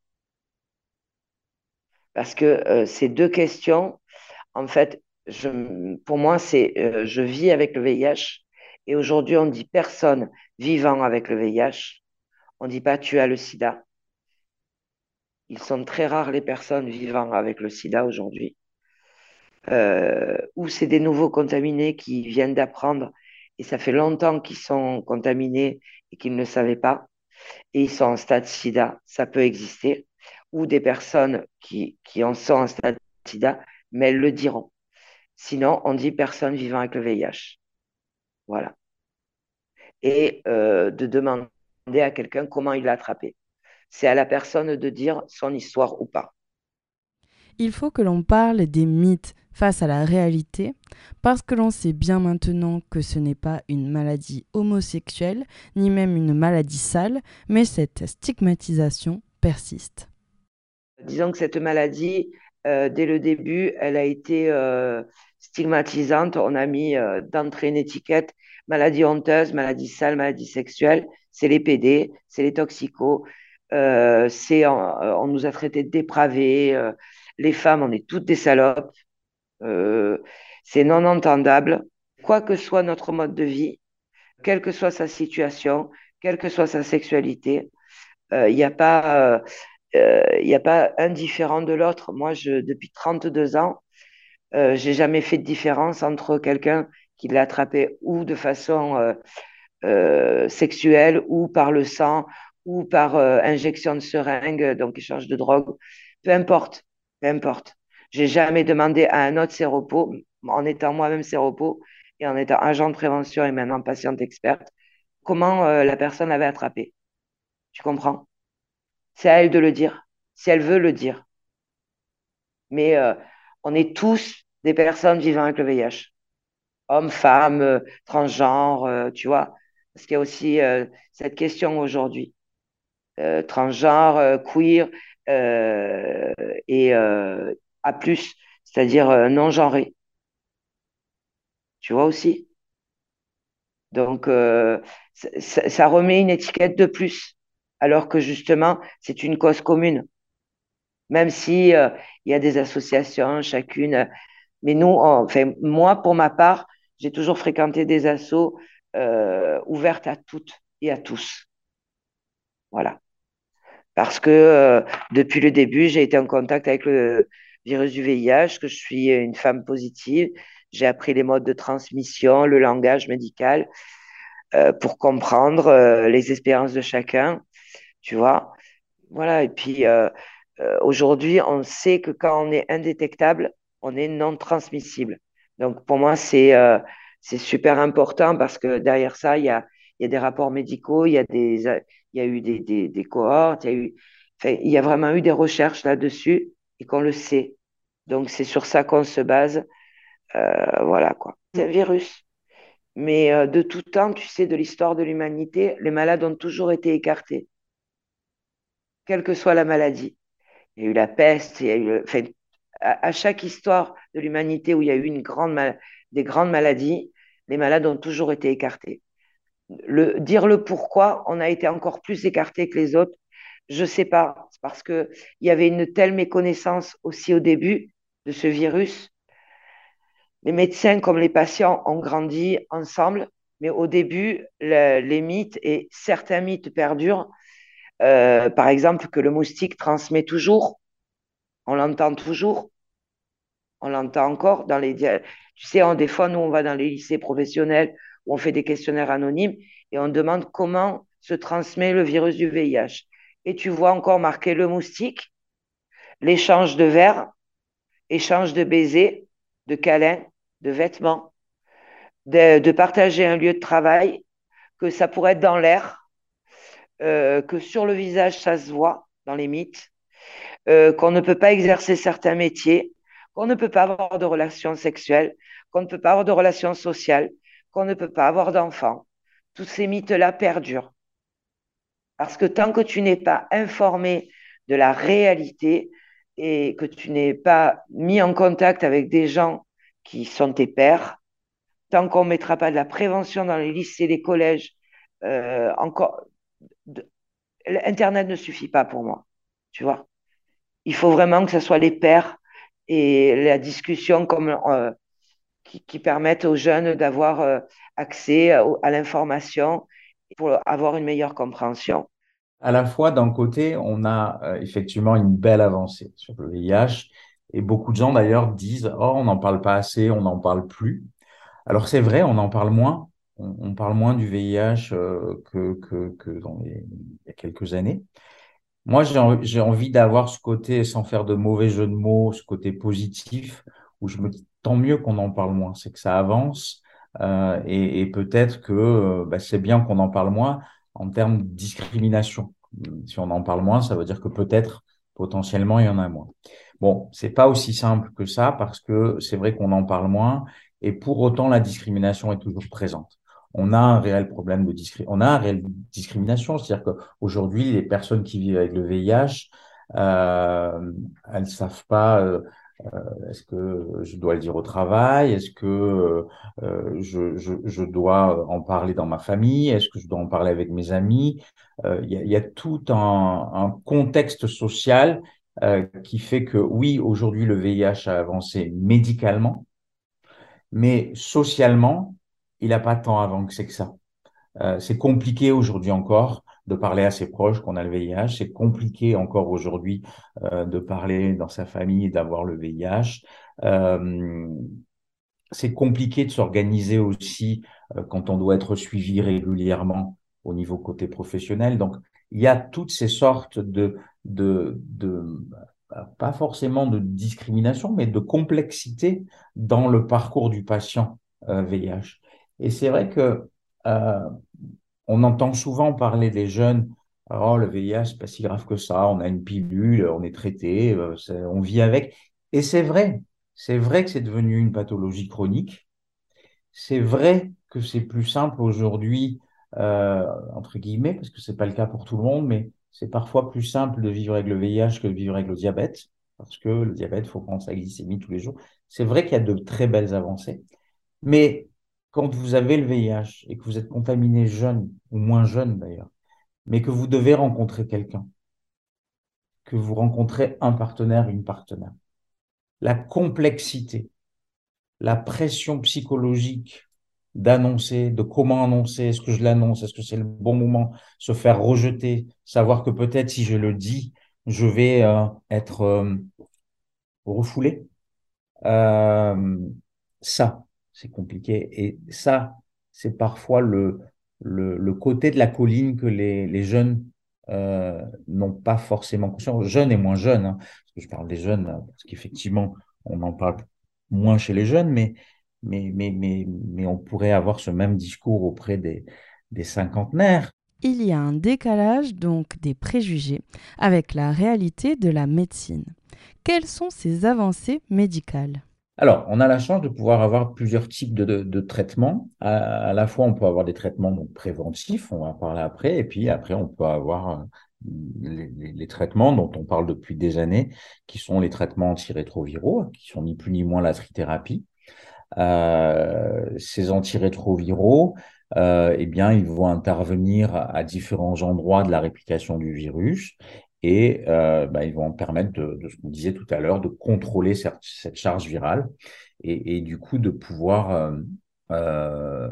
Parce que euh, ces deux questions, en fait, je, pour moi, c'est euh, je vis avec le V I H et aujourd'hui, on dit personne vivant avec le V I H. On ne dit pas tu as le sida. Ils sont très rares les personnes vivant avec le sida aujourd'hui. Euh, ou c'est des nouveaux contaminés qui viennent d'apprendre et ça fait longtemps qu'ils sont contaminés et qu'ils ne le savaient pas et ils sont en stade sida, ça peut exister, ou des personnes qui, qui en sont en stade sida, mais elles le diront. Sinon, on dit personne vivant avec le V I H. Voilà. Et euh, de demander à quelqu'un comment il l'a attrapé. C'est à la personne de dire son histoire ou pas. Il faut que l'on parle des mythes face à la réalité, parce que l'on sait bien maintenant que ce n'est pas une maladie homosexuelle, ni même une maladie sale, mais cette stigmatisation persiste. Disons que cette maladie, euh, dès le début, elle a été euh, stigmatisante. On a mis euh, d'entrée une étiquette, maladie honteuse, maladie sale, maladie sexuelle. C'est les P D, c'est les toxicos. Euh, c'est, on, on nous a traités de dépravés. Euh, les femmes, on est toutes des salopes. Euh, c'est non entendable. Quoi que soit notre mode de vie, quelle que soit sa situation, quelle que soit sa sexualité, il n'y a pas, il n'y a pas un différent de l'autre. Moi, je, depuis trente-deux ans, euh, j'ai jamais fait de différence entre quelqu'un qui l'a attrapé ou de façon euh, euh, sexuelle ou par le sang ou par euh, injection de seringue, donc échange de drogue. Peu importe, peu importe. J'ai jamais demandé à un autre séropo, en étant moi-même séropo et en étant agent de prévention et maintenant patiente experte, comment euh, la personne l'avait attrapé. Tu comprends? C'est à elle de le dire, si elle veut le dire. Mais euh, on est tous des personnes vivant avec le V I H. Hommes, femmes, euh, transgenres, euh, tu vois. Parce qu'il y a aussi euh, cette question aujourd'hui. Euh, transgenre, euh, queer euh, et euh, A plus, c'est-à-dire euh, non-genré. Tu vois aussi? Donc, euh, ça, ça- ça remet une étiquette de plus, alors que justement, c'est une cause commune. Même si euh, il y a des associations, chacune. Mais nous, on- enfin, moi, pour ma part, j'ai toujours fréquenté des assos euh, ouvertes à toutes et à tous. Voilà. Parce que euh, depuis le début, j'ai été en contact avec le virus du V I H, que je suis une femme positive. J'ai appris les modes de transmission, le langage médical euh, pour comprendre euh, les expériences de chacun, tu vois. Voilà, et puis euh, euh, aujourd'hui, on sait que quand on est indétectable, on est non transmissible. Donc pour moi, c'est euh, c'est super important parce que derrière ça, il y a, il y a des rapports médicaux, il y a des, il y a eu des, des, des cohortes, il y a eu, enfin, il y a vraiment eu des recherches là-dessus et qu'on le sait. Donc c'est sur ça qu'on se base. Euh, voilà quoi. C'est un virus. Mais euh, de tout temps, tu sais, de l'histoire de l'humanité, les malades ont toujours été écartés, quelle que soit la maladie. Il y a eu la peste, il y a eu, le- enfin, à, à chaque histoire de l'humanité où il y a eu une grande mal- des grandes maladies, les malades ont toujours été écartés. Le, dire le pourquoi, on a été encore plus écartés que les autres, je ne sais pas. C'est parce qu'il y avait une telle méconnaissance aussi au début de ce virus. Les médecins comme les patients ont grandi ensemble, mais au début, le- les mythes et certains mythes perdurent. Euh, par exemple, que le moustique transmet toujours, on l'entend toujours. On l'entend encore dans les... dia- Tu sais, on- des fois, nous, on va dans les lycées professionnels où on fait des questionnaires anonymes et on demande comment se transmet le virus du V I H. Et tu vois encore marqué le moustique, l'échange de verres, échange de baisers, de câlins, de vêtements, de, de partager un lieu de travail, que ça pourrait être dans l'air, euh, que sur le visage, ça se voit dans les mythes, euh, qu'on ne peut pas exercer certains métiers, qu'on ne peut pas avoir de relations sexuelles, qu'on ne peut pas avoir de relations sociales, qu'on ne peut pas avoir d'enfants. Tous ces mythes-là perdurent. Parce que tant que tu n'es pas informé de la réalité et que tu n'es pas mis en contact avec des gens qui sont tes pairs, tant qu'on ne mettra pas de la prévention dans les lycées, les collèges, euh, encore, de, Internet ne suffit pas pour moi, tu vois. Il faut vraiment que ce soit les pairs et la discussion comme, euh, qui, qui, permettent aux jeunes d'avoir euh, accès à, à l'information pour avoir une meilleure compréhension. À la fois, d'un côté, on a euh, effectivement une belle avancée sur le V I H et beaucoup de gens d'ailleurs disent, oh, on n'en parle pas assez, on n'en parle plus. Alors c'est vrai, on en parle moins. On, on parle moins du V I H euh, que, que, que dans les, il y a quelques années. Moi, j'ai envie, j'ai envie d'avoir ce côté, sans faire de mauvais jeu de mots, ce côté positif, où je me dis, tant mieux qu'on en parle moins, c'est que ça avance, euh, et, et peut-être que euh, bah, c'est bien qu'on en parle moins en termes de discrimination. Si on en parle moins, ça veut dire que peut-être, potentiellement, il y en a moins. Bon, c'est pas aussi simple que ça, parce que c'est vrai qu'on en parle moins, et pour autant, la discrimination est toujours présente. On a un réel problème de discri- on a un réel discrimination, c'est-à-dire que aujourd'hui, les personnes qui vivent avec le V I H, euh, elles ne savent pas, euh, euh, est-ce que je dois le dire au travail, est-ce que euh, euh, je, je, je dois en parler dans ma famille, est-ce que je dois en parler avec mes amis. Euh, Il y a, il y a tout un, un contexte social euh, qui fait que oui, aujourd'hui, le V I H a avancé médicalement, mais socialement, il n'a pas tant avancé que ça. Euh, c'est compliqué aujourd'hui encore de parler à ses proches qu'on a le V I H. C'est compliqué encore aujourd'hui euh, de parler dans sa famille et d'avoir le V I H. Euh, c'est compliqué de s'organiser aussi euh, quand on doit être suivi régulièrement au niveau côté professionnel. Donc, il y a toutes ces sortes de, de, de pas forcément de discrimination, mais de complexité dans le parcours du patient euh, V I H. Et c'est vrai que euh, on entend souvent parler des jeunes, oh, le V I H, c'est pas si grave que ça, on a une pilule, on est traité, euh, c'est- on vit avec. Et c'est vrai, c'est vrai que c'est devenu une pathologie chronique. C'est vrai que c'est plus simple aujourd'hui, euh, entre guillemets, parce que c'est pas le cas pour tout le monde, mais c'est parfois plus simple de vivre avec le V I H que de vivre avec le diabète, parce que le diabète, il faut prendre sa glycémie tous les jours. C'est vrai qu'il y a de très belles avancées. Mais quand vous avez le V I H et que vous êtes contaminé jeune, ou moins jeune d'ailleurs, mais que vous devez rencontrer quelqu'un, que vous rencontrez un partenaire, une partenaire, la complexité, la pression psychologique d'annoncer, de comment annoncer, est-ce que je l'annonce, est-ce que c'est le bon moment, se faire rejeter, savoir que peut-être si je le dis, je vais euh, être euh, refoulé. Euh, Ça, c'est compliqué. Et ça, c'est parfois le, le, le côté de la colline que les, les jeunes euh, n'ont pas forcément conscience. Jeunes et moins jeunes, hein, parce que je parle des jeunes, hein, parce qu'effectivement, on en parle moins chez les jeunes, mais, mais, mais, mais, mais on pourrait avoir ce même discours auprès des, des cinquantenaires. Il y a un décalage donc des préjugés avec la réalité de la médecine. Quelles sont ces avancées médicales ? Alors, on a la chance de pouvoir avoir plusieurs types de, de, de traitements. À, à la fois, on peut avoir des traitements donc, préventifs, on va en parler après, et puis après, on peut avoir euh, les, les, les traitements dont on parle depuis des années, qui sont les traitements antirétroviraux, qui sont ni plus ni moins la trithérapie. Euh, ces antirétroviraux, euh, eh bien, ils vont intervenir à différents endroits de la réplication du virus et euh, bah, ils vont permettre de, de ce qu'on disait tout à l'heure, de contrôler cette, cette charge virale et, et, du coup de pouvoir euh, euh,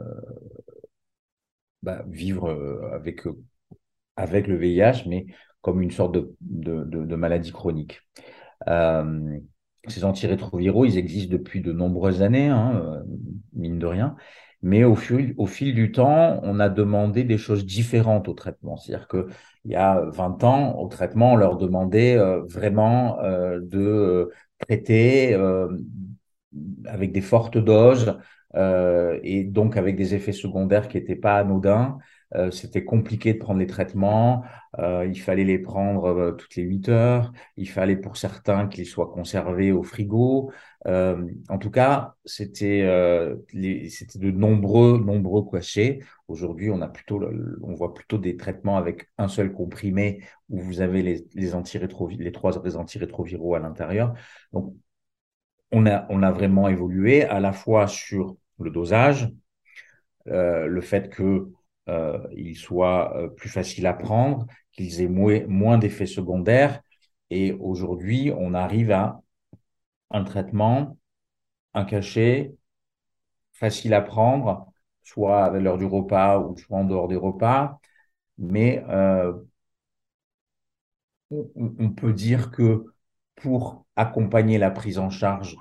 bah, vivre avec, avec le V I H, mais comme une sorte de, de, de, de maladie chronique. Euh, ces antirétroviraux, ils existent depuis de nombreuses années, hein, euh, mine de rien. Mais au fil, au fil du temps, on a demandé des choses différentes au traitement. C'est-à-dire qu'il y a vingt ans, au traitement, on leur demandait euh, vraiment euh, de euh, traiter euh, avec des fortes doses euh, et donc avec des effets secondaires qui n'étaient pas anodins. Euh, c'était compliqué de prendre les traitements. Euh, il fallait les prendre euh, toutes les huit heures. Il fallait pour certains qu'ils soient conservés au frigo. Euh, en tout cas, c'était euh, les, c'était de nombreux, nombreux cachets. Aujourd'hui, on a plutôt, le- on voit plutôt des traitements avec un seul comprimé où vous avez les, les antirétrovi- les trois les antirétroviraux à l'intérieur. Donc, on a, on a vraiment évolué à la fois sur le dosage, euh, le fait que euh, il soit euh, plus facile à prendre, qu'ils aient moins, moins d'effets secondaires. Et aujourd'hui, on arrive à un traitement, un cachet, facile à prendre, soit à l'heure du repas ou soit en dehors des repas. Mais euh, on, on peut dire que pour accompagner la prise en charge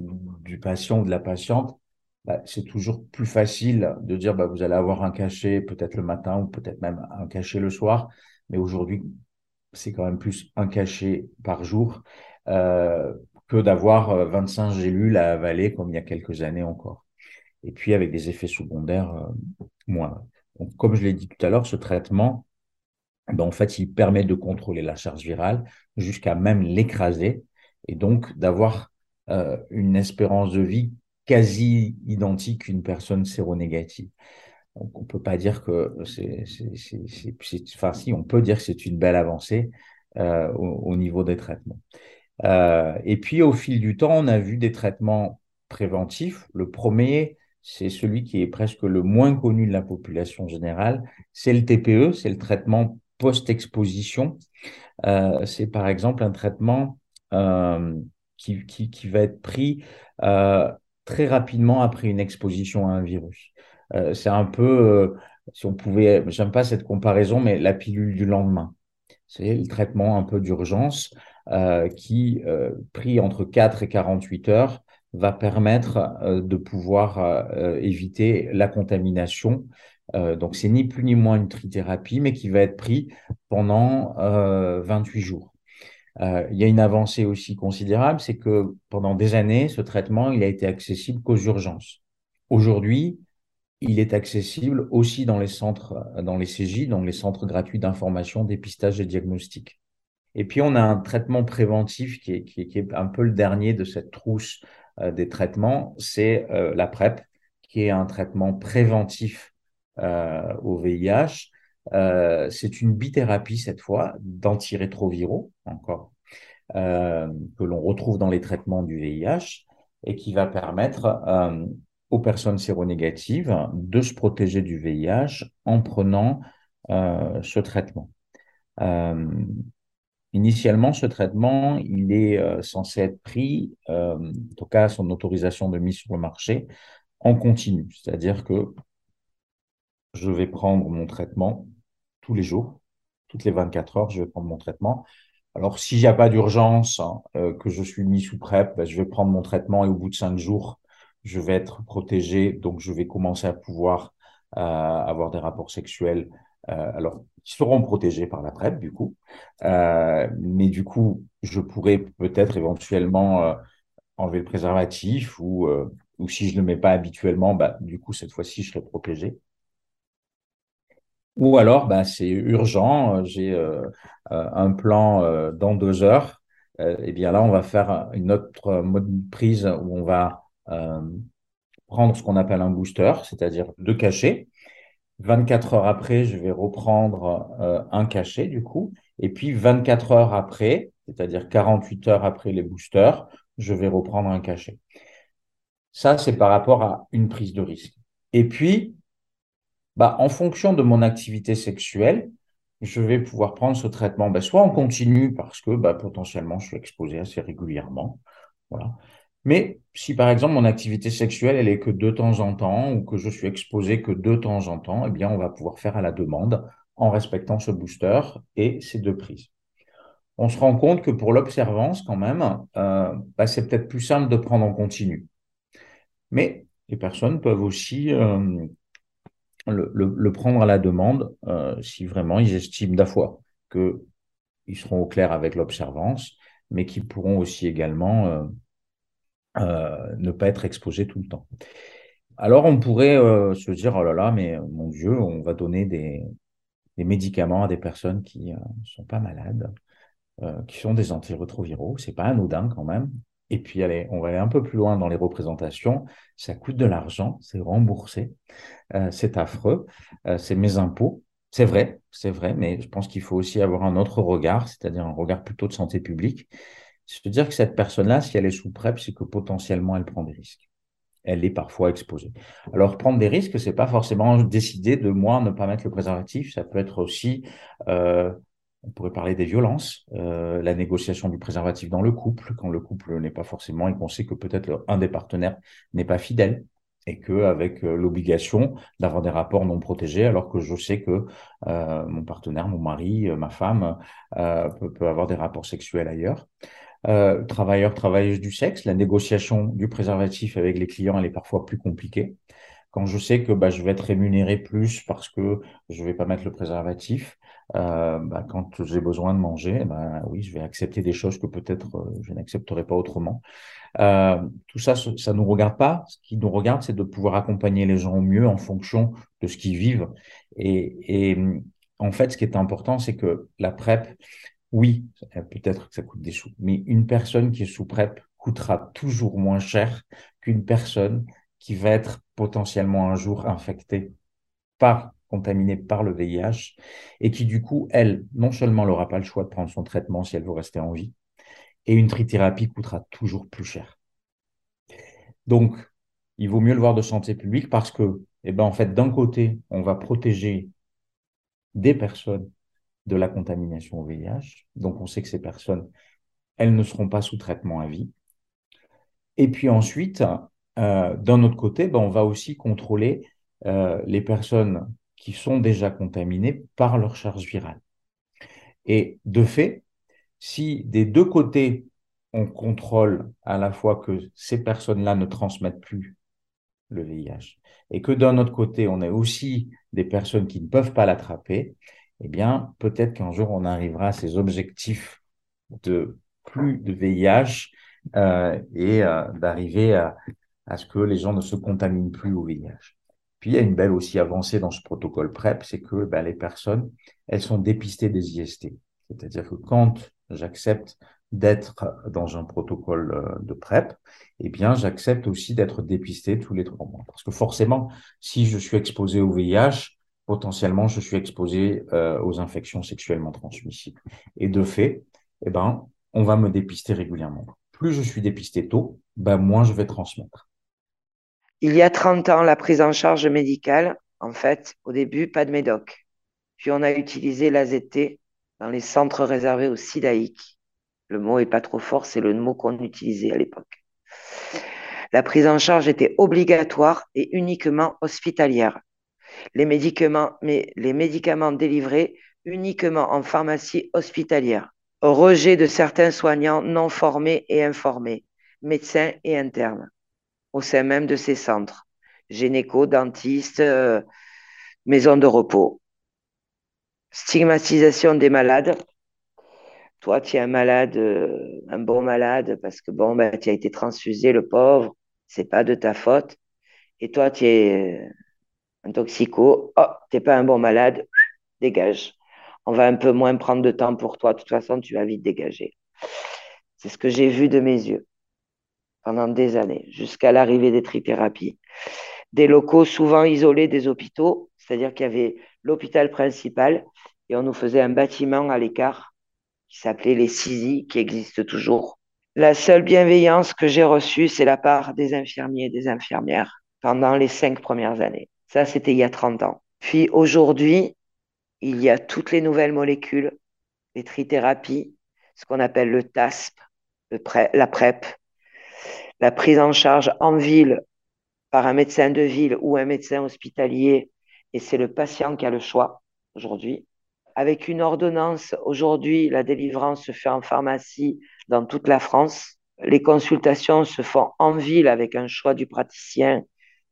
du patient ou de la patiente, bah, c'est toujours plus facile de dire bah, vous allez avoir un cachet peut-être le matin ou peut-être même un cachet le soir. Mais aujourd'hui, c'est quand même plus un cachet par jour euh, que d'avoir euh, vingt-cinq gélules à avaler comme il y a quelques années encore. Et puis avec des effets secondaires euh, moindres. Donc, comme je l'ai dit tout à l'heure, ce traitement, ben, en fait, il permet de contrôler la charge virale jusqu'à même l'écraser et donc d'avoir euh, une espérance de vie quasi identique qu'une personne séronégative. Donc, on peut pas dire que c'est, c'est, c'est, c'est, c'est- enfin, si, on peut dire que c'est une belle avancée euh, au, au niveau des traitements. Euh, et puis, au fil du temps, on a vu des traitements préventifs. Le premier, c'est celui qui est presque le moins connu de la population générale, c'est le T P E, c'est le traitement post-exposition. Euh, c'est par exemple un traitement euh, qui, qui, qui va être pris euh, très rapidement après une exposition à un virus. Euh, c'est un peu, euh, si on pouvait, j'aime pas cette comparaison, mais la pilule du lendemain. C'est le traitement un peu d'urgence euh, qui, euh, pris entre quatre et quarante-huit heures, va permettre euh, de pouvoir euh, éviter la contamination. Euh, donc, c'est ni plus ni moins une trithérapie, mais qui va être pris pendant euh, vingt-huit jours. Euh, il y a une avancée aussi considérable, c'est que pendant des années, ce traitement, il a été accessible qu'aux urgences. Aujourd'hui, il est accessible aussi dans les centres, dans les C J, dans les centres gratuits d'information, dépistage et diagnostic. Et puis, on a un traitement préventif qui est, qui est, qui est un peu le dernier de cette trousse euh, des traitements, c'est euh, la PrEP, qui est un traitement préventif euh, au V I H. Euh, c'est une bithérapie cette fois d'antirétroviraux, encore, euh, que l'on retrouve dans les traitements du V I H et qui va permettre euh, aux personnes séronégatives de se protéger du V I H en prenant euh, ce traitement. Euh, Initialement, ce traitement, il est euh, censé être pris, euh, en tout cas son autorisation de mise sur le marché, en continu. C'est-à-dire que je vais prendre mon traitement tous les jours, toutes les vingt-quatre heures, je vais prendre mon traitement. Alors, s'il n'y a pas d'urgence, hein, euh, que je suis mis sous PrEP, ben, je vais prendre mon traitement et au bout de cinq jours, je vais être protégé, donc je vais commencer à pouvoir euh, avoir des rapports sexuels, euh, alors qui seront protégés par la PrEP du coup, euh, mais du coup, je pourrais peut-être éventuellement euh, enlever le préservatif ou, euh, ou si je ne le mets pas habituellement, bah, du coup, cette fois-ci, je serai protégé. Ou alors, bah, c'est urgent, euh, j'ai euh, euh, un plan euh, dans deux heures. Euh, et bien là, on va faire une autre mode de prise où on va euh, prendre ce qu'on appelle un booster, c'est-à-dire deux cachets. vingt-quatre heures après, je vais reprendre euh, un cachet du coup. Et puis vingt-quatre heures après, c'est-à-dire quarante-huit heures après les boosters, je vais reprendre un cachet. Ça, c'est par rapport à une prise de risque. Et puis, bah, en fonction de mon activité sexuelle, je vais pouvoir prendre ce traitement, bah, soit en continu parce que bah, potentiellement je suis exposé assez régulièrement. Voilà. Mais si par exemple mon activité sexuelle elle est que de temps en temps ou que je suis exposé que de temps en temps, eh bien on va pouvoir faire à la demande en respectant ce booster et ces deux prises. On se rend compte que pour l'observance quand même, euh, bah, c'est peut-être plus simple de prendre en continu. Mais les personnes peuvent aussi euh, le, le- le prendre à la demande euh, si vraiment ils estiment d'à fois qu'ils seront au clair avec l'observance, mais qui pourront aussi également euh, euh, ne pas être exposés tout le temps. Alors on pourrait euh, se dire, oh là là, mais euh, mon Dieu, on va donner des, des médicaments à des personnes qui ne euh, sont pas malades, euh, qui sont des antirétroviraux, c'est pas anodin quand même. Et puis allez, on va aller un peu plus loin dans les représentations. Ça coûte de l'argent, c'est remboursé. Euh, c'est affreux, euh, c'est mes impôts. C'est vrai, c'est vrai, mais je pense qu'il faut aussi avoir un autre regard, c'est-à-dire un regard plutôt de santé publique. C'est-à-dire que cette personne-là, si elle est sous PrEP, c'est que potentiellement elle prend des risques. Elle est parfois exposée. Alors, prendre des risques, c'est pas forcément décider de moi ne pas mettre le préservatif. Ça peut être aussi, euh, on pourrait parler des violences, euh, la négociation du préservatif dans le couple, quand le couple n'est pas forcément et qu'on sait que peut-être un des partenaires n'est pas fidèle et qu'avec l'obligation d'avoir des rapports non protégés, alors que je sais que euh, mon partenaire, mon mari, euh, ma femme euh, peut, peut avoir des rapports sexuels ailleurs. Euh, travailleurs, travailleuses du sexe, la négociation du préservatif avec les clients, elle est parfois plus compliquée. Quand je sais que bah, je vais être rémunéré plus parce que je vais pas mettre le préservatif, euh, bah, quand j'ai besoin de manger, bah, oui, je vais accepter des choses que peut-être euh, je n'accepterai pas autrement. Euh, tout ça, ce- ça nous regarde pas. Ce qui nous regarde, c'est de pouvoir accompagner les gens au mieux en fonction de ce qu'ils vivent. Et, et en fait, ce qui est important, c'est que la PrEP, oui, euh, peut-être que ça coûte des sous, mais une personne qui est sous PrEP coûtera toujours moins cher qu'une personne qui va être potentiellement un jour infectée par, contaminée par le V I H et qui, du coup, elle, non seulement n'aura pas le choix de prendre son traitement si elle veut rester en vie, et une trithérapie coûtera toujours plus cher. Donc, il vaut mieux le voir de santé publique parce que, eh ben, en fait, d'un côté, on va protéger des personnes de la contamination au V I H. Donc, on sait que ces personnes, elles ne seront pas sous traitement à vie. Et puis ensuite, euh, d'un autre côté, ben, on va aussi contrôler euh, les personnes qui sont déjà contaminées par leur charge virale. Et de fait, si des deux côtés, on contrôle à la fois que ces personnes-là ne transmettent plus le V I H et que d'un autre côté, on a aussi des personnes qui ne peuvent pas l'attraper, eh bien, peut-être qu'un jour, on arrivera à ces objectifs de plus de V I H euh, et euh, d'arriver à, à ce que les gens ne se contaminent plus au V I H. Puis, il y a une belle aussi avancée dans ce protocole PrEP, c'est que ben, les personnes, elles sont dépistées des I S T. C'est-à-dire que quand j'accepte d'être dans un protocole euh, de PrEP, eh bien, j'accepte aussi d'être dépisté tous les trois mois. Parce que forcément, si je suis exposé au V I H, potentiellement, je suis exposé euh, aux infections sexuellement transmissibles. Et de fait, eh ben, on va me dépister régulièrement. Plus je suis dépisté tôt, ben, moins je vais transmettre. Il y a trente ans, la prise en charge médicale, en fait, au début, pas de médoc. Puis on a utilisé l'A Z T dans les centres réservés aux sidaïques. Le mot est pas trop fort, c'est le mot qu'on utilisait à l'époque. La prise en charge était obligatoire et uniquement hospitalière. Les médicaments, mais les médicaments délivrés uniquement en pharmacie hospitalière. Rejet de certains soignants non formés et informés, médecins et internes. au sein même de ces centres. Gynéco, dentiste, euh, maison de repos. Stigmatisation des malades. Toi, tu es un malade, euh, un bon malade, parce que bon, ben, tu as été transfusé, le pauvre, c'est pas de ta faute. Et toi, tu es euh, un toxico. Oh, t'es pas un bon malade, dégage. On va un peu moins prendre de temps pour toi. De toute façon, tu vas vite dégager. C'est ce que j'ai vu de mes yeux pendant des années, jusqu'à l'arrivée des trithérapies. Des locaux souvent isolés des hôpitaux, c'est-à-dire qu'il y avait l'hôpital principal et on nous faisait un bâtiment à l'écart qui s'appelait les C I S I, qui existe toujours. La seule bienveillance que j'ai reçue, c'est la part des infirmiers et des infirmières pendant les cinq premières années. Ça, c'était il y a trente ans. Puis aujourd'hui, il y a toutes les nouvelles molécules, les trithérapies, ce qu'on appelle le T A S P, le pré- la PrEP, la prise en charge en ville par un médecin de ville ou un médecin hospitalier, et c'est le patient qui a le choix aujourd'hui. Avec une ordonnance, aujourd'hui, la délivrance se fait en pharmacie dans toute la France. Les consultations se font en ville avec un choix du praticien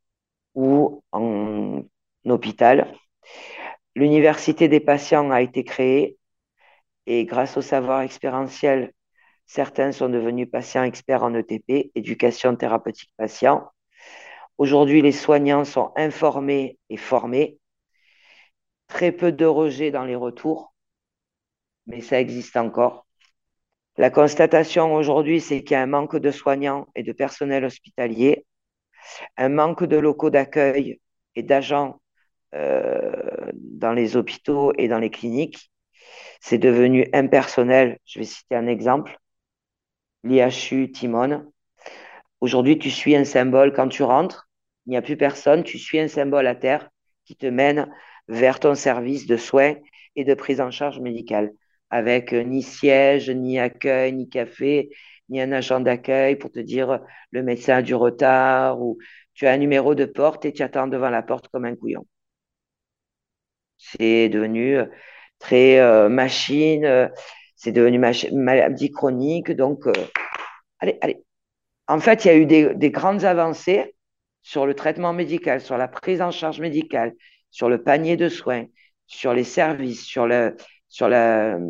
ou en hôpital. L'université des patients a été créée et grâce au savoir expérientiel, certains sont devenus patients experts en E T P, éducation thérapeutique patient. Aujourd'hui, les soignants sont informés et formés. Très peu de rejets dans les retours, mais ça existe encore. La constatation aujourd'hui, c'est qu'il y a un manque de soignants et de personnel hospitalier, un manque de locaux d'accueil et d'agents euh, dans les hôpitaux et dans les cliniques. C'est devenu impersonnel. Je vais citer un exemple. L'I H U Timone. Aujourd'hui, tu suis un symbole quand tu rentres. Il n'y a plus personne. Tu suis un symbole à terre qui te mène vers ton service de soins et de prise en charge médicale, avec ni siège, ni accueil, ni café, ni un agent d'accueil pour te dire le médecin a du retard ou tu as un numéro de porte et tu attends devant la porte comme un couillon. C'est devenu très euh, machine, euh, c'est devenu mach- maladie chronique. Donc, euh, allez, allez. En fait, il y a eu des, des grandes avancées sur le traitement médical, sur la prise en charge médicale, sur le panier de soins, sur les services, sur le, sur la,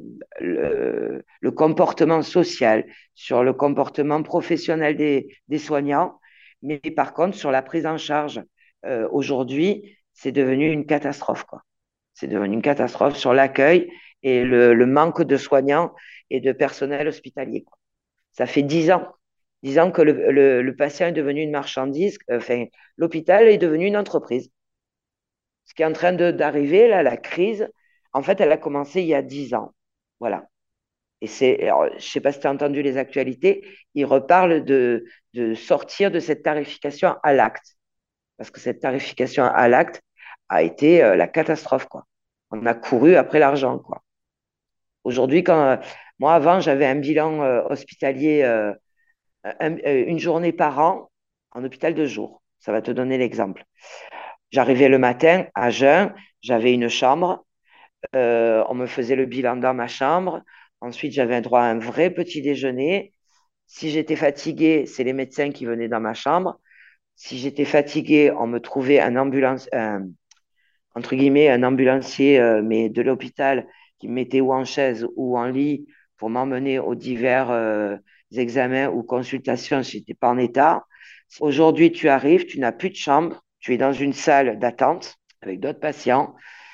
le, le comportement social, sur le comportement professionnel des, des soignants. Mais par contre, sur la prise en charge, euh, aujourd'hui, c'est devenu une catastrophe, quoi. C'est devenu une catastrophe sur l'accueil et le, le manque de soignants et de personnel hospitalier, quoi. Ça fait dix ans. Dix ans que le, le, le patient est devenu une marchandise, enfin, l'hôpital est devenu une entreprise. Ce qui est en train de, d'arriver, là, la crise, en fait, elle a commencé il y a dix ans. Voilà. Et c'est, alors, je ne sais pas si tu as entendu les actualités, ils reparlent de, de sortir de cette tarification à l'acte. Parce que cette tarification à l'acte a été euh, la catastrophe, quoi. On a couru après l'argent, quoi. Aujourd'hui, quand euh, moi, avant, j'avais un bilan euh, hospitalier euh, un- euh, une journée par an en hôpital de jour. Ça va te donner l'exemple. J'arrivais le matin à jeun, j'avais une chambre, euh, on me faisait le bilan dans ma chambre. Ensuite, j'avais un droit à un vrai petit déjeuner. Si j'étais fatiguée, c'est les médecins qui venaient dans ma chambre. Si j'étais fatiguée, on me trouvait un ambulance, un- entre guillemets, un ambulancier, euh, mais de l'hôpital, qui me mettait ou en chaise ou en lit pour m'emmener aux divers euh, examens ou consultations si je n'étais pas en état. Aujourd'hui, tu arrives, tu n'as plus de chambre, tu es dans une salle d'attente avec d'autres patients.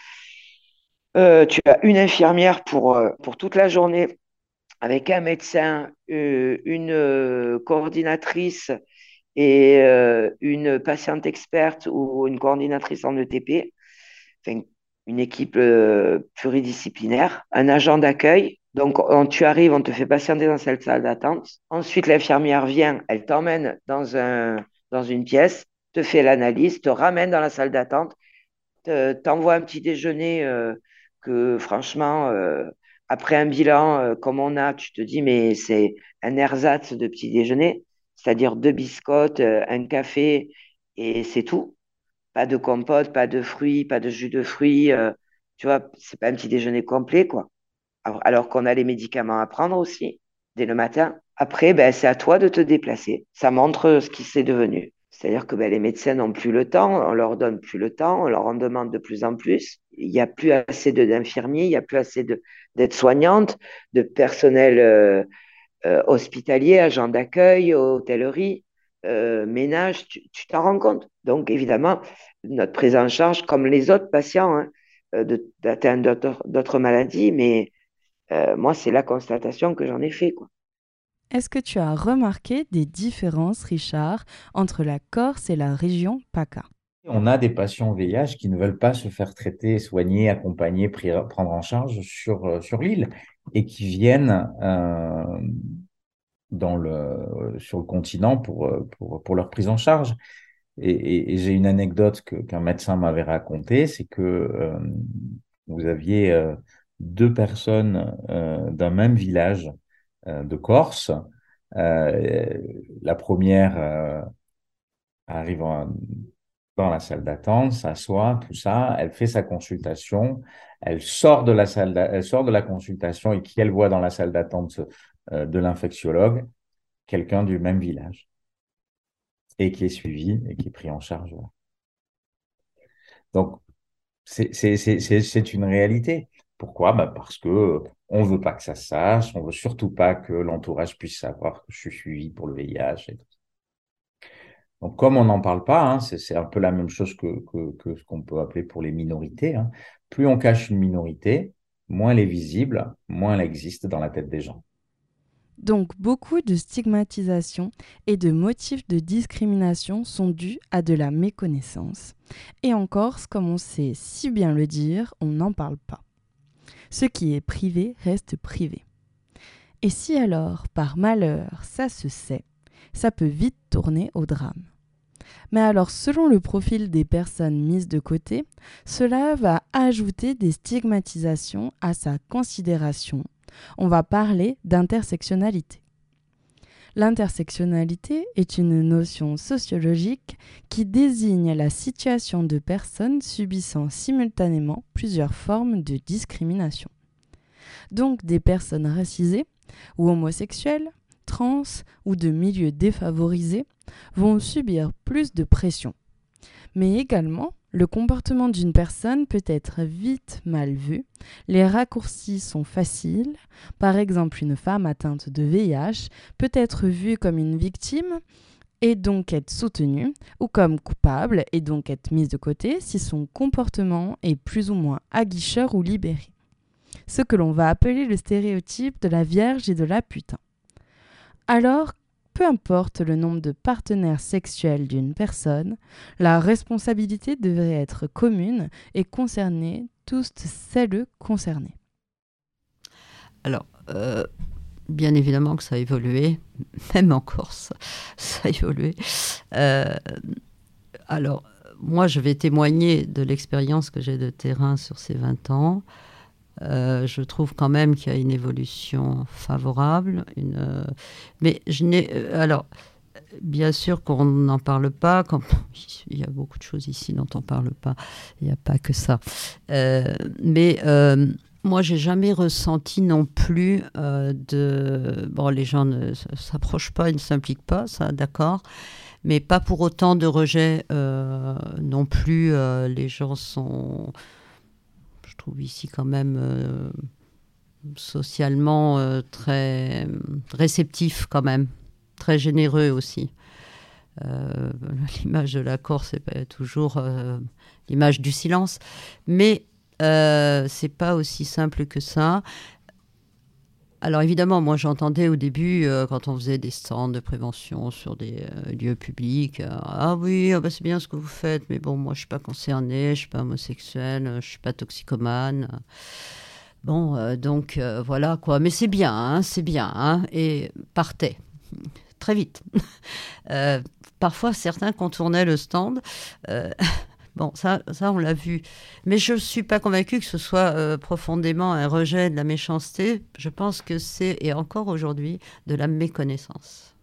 Euh, tu as une infirmière pour, euh, pour toute la journée avec un médecin, euh, une euh, coordinatrice et euh, une patiente experte ou une coordinatrice en E T P, enfin, une équipe euh, pluridisciplinaire, un agent d'accueil. Donc, on, tu arrives, on te fait patienter dans cette salle d'attente. Ensuite, l'infirmière vient, elle t'emmène dans, un, dans une pièce, te fait l'analyse, te ramène dans la salle d'attente, te- t'envoie un petit déjeuner euh, que, franchement, euh, après un bilan euh, comme on a, tu te dis, mais c'est un ersatz de petit déjeuner, c'est-à-dire deux biscottes, euh, un café, et c'est tout. Pas de compote, pas de fruits, pas de jus de fruits. Euh, tu vois, c'est pas un petit déjeuner complet, quoi. Alors, alors qu'on a les médicaments à prendre aussi, dès le matin. Après, ben, c'est à toi de te déplacer. Ça montre ce qui s'est devenu. C'est-à-dire que ben, les médecins n'ont plus le temps, on leur donne plus le temps, on leur en demande de plus en plus. Il n'y a plus assez de- d'infirmiers, il n'y a plus assez de, d'aides-soignantes, de personnel euh, euh, hospitalier, agents d'accueil, hôtellerie, euh, ménage, tu, tu t'en rends compte. Donc, évidemment, notre prise en charge, comme les autres patients, hein, euh, de- d'atteindre d'autres, d'autres maladies, mais euh, moi, c'est la constatation que j'en ai fait, quoi. Est-ce que tu as remarqué des différences, Richard, entre la Corse et la région PACA? On a des patients V I H qui ne veulent pas se faire traiter, soigner, accompagner, pri- prendre en charge sur, euh, sur l'île et qui viennent euh, dans le, sur le continent pour, euh, pour, pour leur prise en charge. Et, et- et j'ai une anecdote que, qu'un médecin m'avait racontée, c'est que euh, vous aviez euh, deux personnes euh, d'un même village euh, de Corse. Euh, la première euh, arrive en- dans la salle d'attente, s'assoit, tout ça, elle fait sa consultation, elle sort de la salle, d'a- elle sort de la consultation et qui elle voit dans la salle d'attente euh, de l'infectiologue, quelqu'un du même village et qui est suivi et qui est pris en charge. Voilà. Donc, c'est c'est- c'est- c'est- c'est une réalité. Pourquoi? Bah parce que on veut pas que ça se sache, on veut surtout pas que l'entourage puisse savoir que je suis suivi pour le V I H. Et tout. Donc, comme on n'en parle pas, hein, c'est c'est un peu la même chose que, que, que ce qu'on peut appeler pour les minorités, hein. Plus on cache une minorité, moins elle est visible, moins elle existe dans la tête des gens. Donc beaucoup de stigmatisation et de motifs de discrimination sont dus à de la méconnaissance. Et en Corse, comme on sait si bien le dire, on n'en parle pas. Ce qui est privé reste privé. Et si alors, par malheur, ça se sait, ça peut vite tourner au drame. Mais alors, selon le profil des personnes mises de côté, cela va ajouter des stigmatisations à sa considération. On va parler d'intersectionnalité. L'intersectionnalité est une notion sociologique qui désigne la situation de personnes subissant simultanément plusieurs formes de discrimination. Donc des personnes racisées ou homosexuelles, trans ou de milieux défavorisés vont subir plus de pression. Mais également, le comportement d'une personne peut être vite mal vu, les raccourcis sont faciles, par exemple une femme atteinte de V I H peut être vue comme une victime et donc être soutenue, ou comme coupable et donc être mise de côté si son comportement est plus ou moins aguicheur ou libéré. Ce que l'on va appeler le stéréotype de la Vierge et de la putain. Alors, peu importe le nombre de partenaires sexuels d'une personne, la responsabilité devrait être commune et concerner tous celles concernées. Alors, euh, bien évidemment que ça a évolué, même en Corse, ça a évolué. Euh, alors, moi, je vais témoigner de l'expérience que j'ai de terrain sur ces vingt ans. Euh, je trouve quand même qu'il y a une évolution favorable. Une, euh, mais je n'ai... Euh, alors, bien sûr qu'on n'en parle pas. Quand, il y a beaucoup de choses ici dont on ne parle pas. Il n'y a pas que ça. Euh, mais euh, moi, je n'ai jamais ressenti non plus euh, de... Bon, les gens ne s'approchent pas, ils ne s'impliquent pas, ça, d'accord. Mais pas pour autant de rejet euh, non plus. Euh, les gens sont... Je trouve ici quand même euh, socialement euh, très réceptif quand même, très généreux aussi. Euh, l'image de la Corse, c'est pas toujours euh, l'image du silence, mais euh, c'est pas aussi simple que ça. Alors évidemment, moi j'entendais au début, euh, quand on faisait des stands de prévention sur des euh, lieux publics, euh, ah oui, ah bah c'est bien ce que vous faites, mais bon, moi je suis pas concernée, je suis pas homosexuelle, je suis pas toxicomane. Bon, euh, donc euh, voilà quoi, mais c'est bien, hein, c'est bien, hein, et partait très vite. euh, parfois certains contournaient le stand. Euh, Bon, ça, ça, on l'a vu. Mais je ne suis pas convaincue que ce soit euh, profondément un rejet de la méchanceté. Je pense que c'est, et encore aujourd'hui, de la méconnaissance.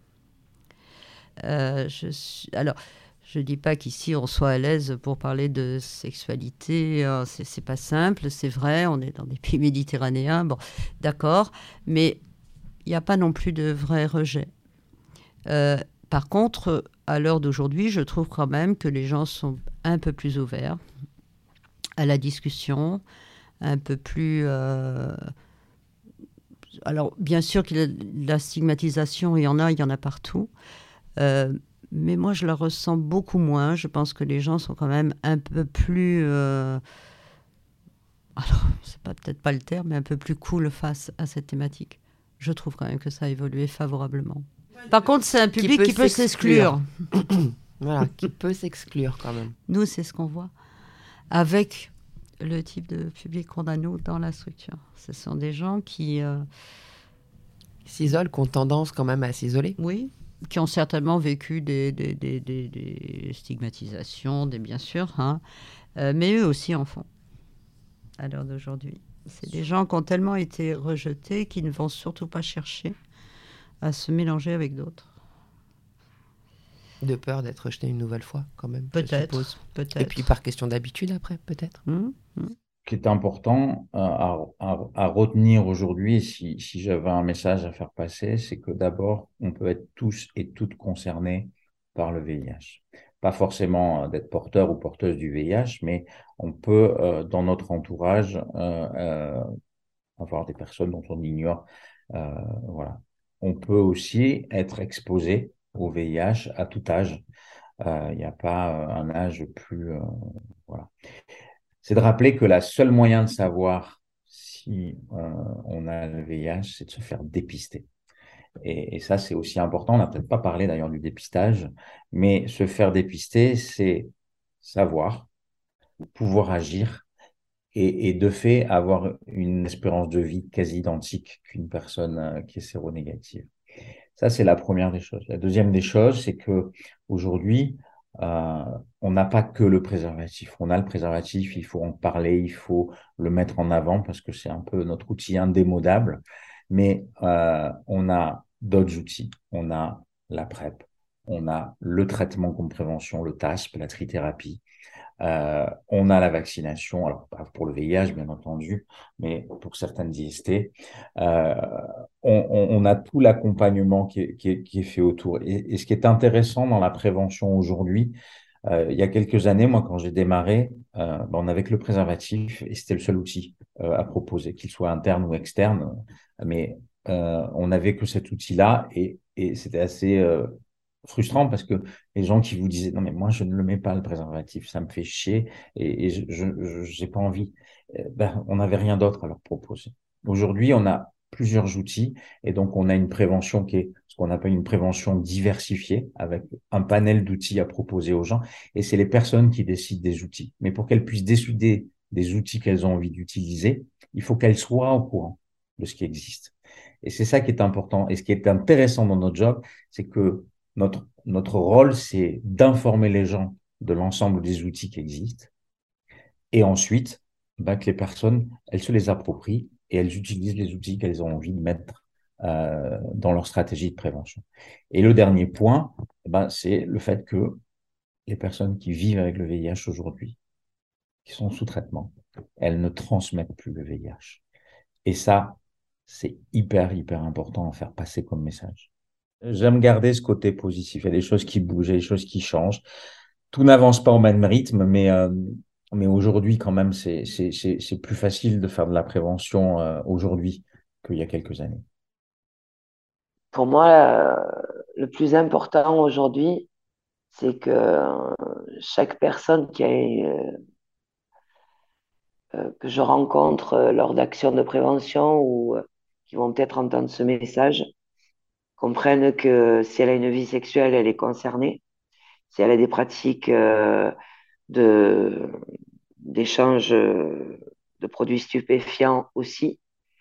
Euh, je suis, alors, je ne dis pas qu'ici, on soit à l'aise pour parler de sexualité. Hein, c'est, c'est pas simple, c'est vrai. On est dans des pays méditerranéens. Bon, d'accord. Mais il n'y a pas non plus de vrai rejet. Euh, par contre, à l'heure d'aujourd'hui, je trouve quand même que les gens sont un peu plus ouverts à la discussion, un peu plus... Euh... Alors, bien sûr que la stigmatisation, il y en a, il y en a partout. Euh, mais moi, je la ressens beaucoup moins. Je pense que les gens sont quand même un peu plus... Euh... Alors, c'est pas, peut-être pas le terme, mais un peu plus cool face à cette thématique. Je trouve quand même que ça a évolué favorablement. Par contre, c'est un public qui peut, qui peut s'exclure. s'exclure. Voilà, qui peut s'exclure quand même. Nous, c'est ce qu'on voit. Avec le type de public qu'on a, nous, dans la structure. Ce sont des gens qui... Euh... s'isolent, qui ont tendance quand même à s'isoler. Oui, qui ont certainement vécu des, des, des, des, des stigmatisations, des, bien sûr, hein, euh, mais eux aussi en font, à l'heure d'aujourd'hui. C'est des gens qui ont tellement été rejetés qu'ils ne vont surtout pas chercher à se mélanger avec d'autres. De peur d'être rejeté une nouvelle fois, quand même, peut-être, je suppose. Peut-être. Et puis par question d'habitude, après, peut-être. Mmh, mmh. Ce qui est important euh, à, à, à retenir aujourd'hui, si, si j'avais un message à faire passer, c'est que d'abord, on peut être tous et toutes concernés par le V I H. Pas forcément euh, d'être porteur ou porteuse du V I H, mais on peut, euh, dans notre entourage, euh, euh, avoir des personnes dont on ignore. Euh, voilà. On peut aussi être exposé au V I H à tout âge. Il euh, n'y a pas un âge plus... Euh, voilà. C'est de rappeler que le seul moyen de savoir si euh, on a le V I H, c'est de se faire dépister. Et, et ça, c'est aussi important. On n'a peut-être pas parlé d'ailleurs du dépistage, mais se faire dépister, c'est savoir, pouvoir agir et, et de fait avoir une espérance de vie quasi identique qu'une personne euh, qui est séronégative. Ça, c'est la première des choses. La deuxième des choses, c'est que aujourd'hui, euh, on n'a pas que le préservatif. On a le préservatif, il faut en parler, il faut le mettre en avant parce que c'est un peu notre outil indémodable. Mais euh, on a d'autres outils. On a la PrEP, on a le traitement comme prévention, le T A S P, la trithérapie. Euh, on a la vaccination, alors pas pour le V I H bien entendu, mais pour certaines I S T. Euh, on, on, on a tout l'accompagnement qui est, qui, est, qui est fait autour. Et, et ce qui est intéressant dans la prévention aujourd'hui, euh, il y a quelques années, moi quand j'ai démarré, euh, ben, on avait que le préservatif et c'était le seul outil euh, à proposer, qu'il soit interne ou externe. Mais euh, on n'avait que cet outil-là et, et c'était assez... Euh, frustrant parce que les gens qui vous disaient non mais moi je ne le mets pas le préservatif, ça me fait chier et, et je je j'ai pas envie, ben on n'avait rien d'autre à leur proposer. Aujourd'hui on a plusieurs outils et donc on a une prévention qui est ce qu'on appelle une prévention diversifiée avec un panel d'outils à proposer aux gens et c'est les personnes qui décident des outils. Mais pour qu'elles puissent décider des outils qu'elles ont envie d'utiliser, il faut qu'elles soient au courant de ce qui existe. Et c'est ça qui est important. Et ce qui est intéressant dans notre job, c'est que Notre, notre rôle, c'est d'informer les gens de l'ensemble des outils qui existent et ensuite bah, que les personnes, elles se les approprient et elles utilisent les outils qu'elles ont envie de mettre euh, dans leur stratégie de prévention. Et le dernier point, bah, c'est le fait que les personnes qui vivent avec le V I H aujourd'hui, qui sont sous traitement, elles ne transmettent plus le V I H. Et ça, c'est hyper, hyper important à faire passer comme message. J'aime garder ce côté positif. Il y a des choses qui bougent, il y a des choses qui changent. Tout n'avance pas au même rythme, mais, euh, mais aujourd'hui, quand même, c'est, c'est, c'est, c'est plus facile de faire de la prévention euh, aujourd'hui qu'il y a quelques années. Pour moi, euh, le plus important aujourd'hui, c'est que euh, chaque personne qui a, euh, euh, que je rencontre euh, lors d'actions de prévention ou euh, qui vont peut-être entendre ce message, comprennent que si elle a une vie sexuelle, elle est concernée. Si elle a des pratiques euh, de, d'échange de produits stupéfiants aussi,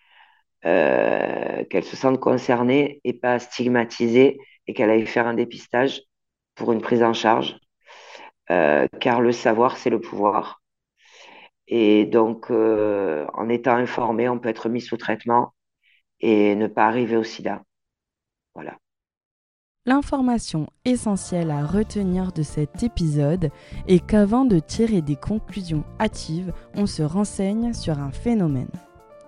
euh, qu'elle se sente concernée et pas stigmatisée et qu'elle aille faire un dépistage pour une prise en charge. Euh, car le savoir, c'est le pouvoir. Et donc, euh, en étant informé, on peut être mis sous traitement et ne pas arriver au sida. Voilà. L'information essentielle à retenir de cet épisode est qu'avant de tirer des conclusions hâtives, on se renseigne sur un phénomène.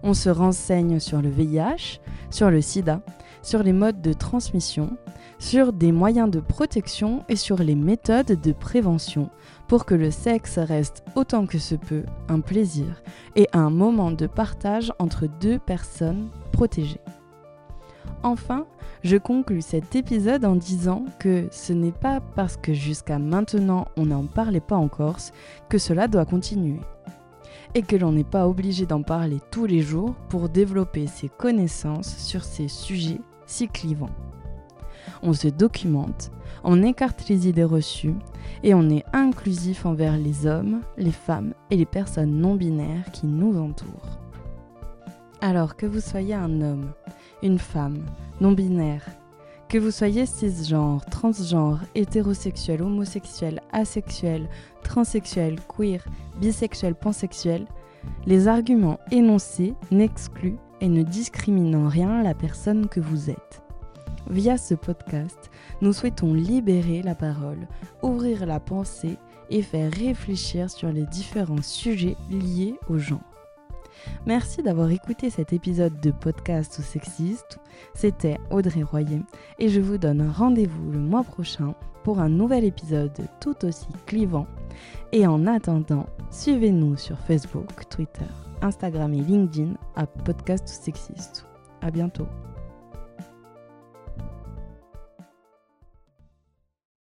On se renseigne sur le V I H, sur le sida, sur les modes de transmission, sur des moyens de protection et sur les méthodes de prévention pour que le sexe reste autant que se peut un plaisir et un moment de partage entre deux personnes protégées. Enfin, je conclus cet épisode en disant que ce n'est pas parce que jusqu'à maintenant on n'en parlait pas en Corse que cela doit continuer. Et que l'on n'est pas obligé d'en parler tous les jours pour développer ses connaissances sur ces sujets si clivants. On se documente, on écarte les idées reçues et on est inclusif envers les hommes, les femmes et les personnes non binaires qui nous entourent. Alors que vous soyez un homme, une femme, non-binaire, que vous soyez cisgenre, transgenre, hétérosexuel, homosexuel, asexuel, transsexuel, queer, bisexuel, pansexuel, les arguments énoncés n'excluent et ne discriminent en rien la personne que vous êtes. Via ce podcast, nous souhaitons libérer la parole, ouvrir la pensée et faire réfléchir sur les différents sujets liés au genre. Merci d'avoir écouté cet épisode de Podcast ou Sexiste. C'était Audrey Royer et je vous donne rendez-vous le mois prochain pour un nouvel épisode tout aussi clivant. Et en attendant, suivez-nous sur Facebook, Twitter, Instagram et LinkedIn à Podcast ou Sexiste. À bientôt.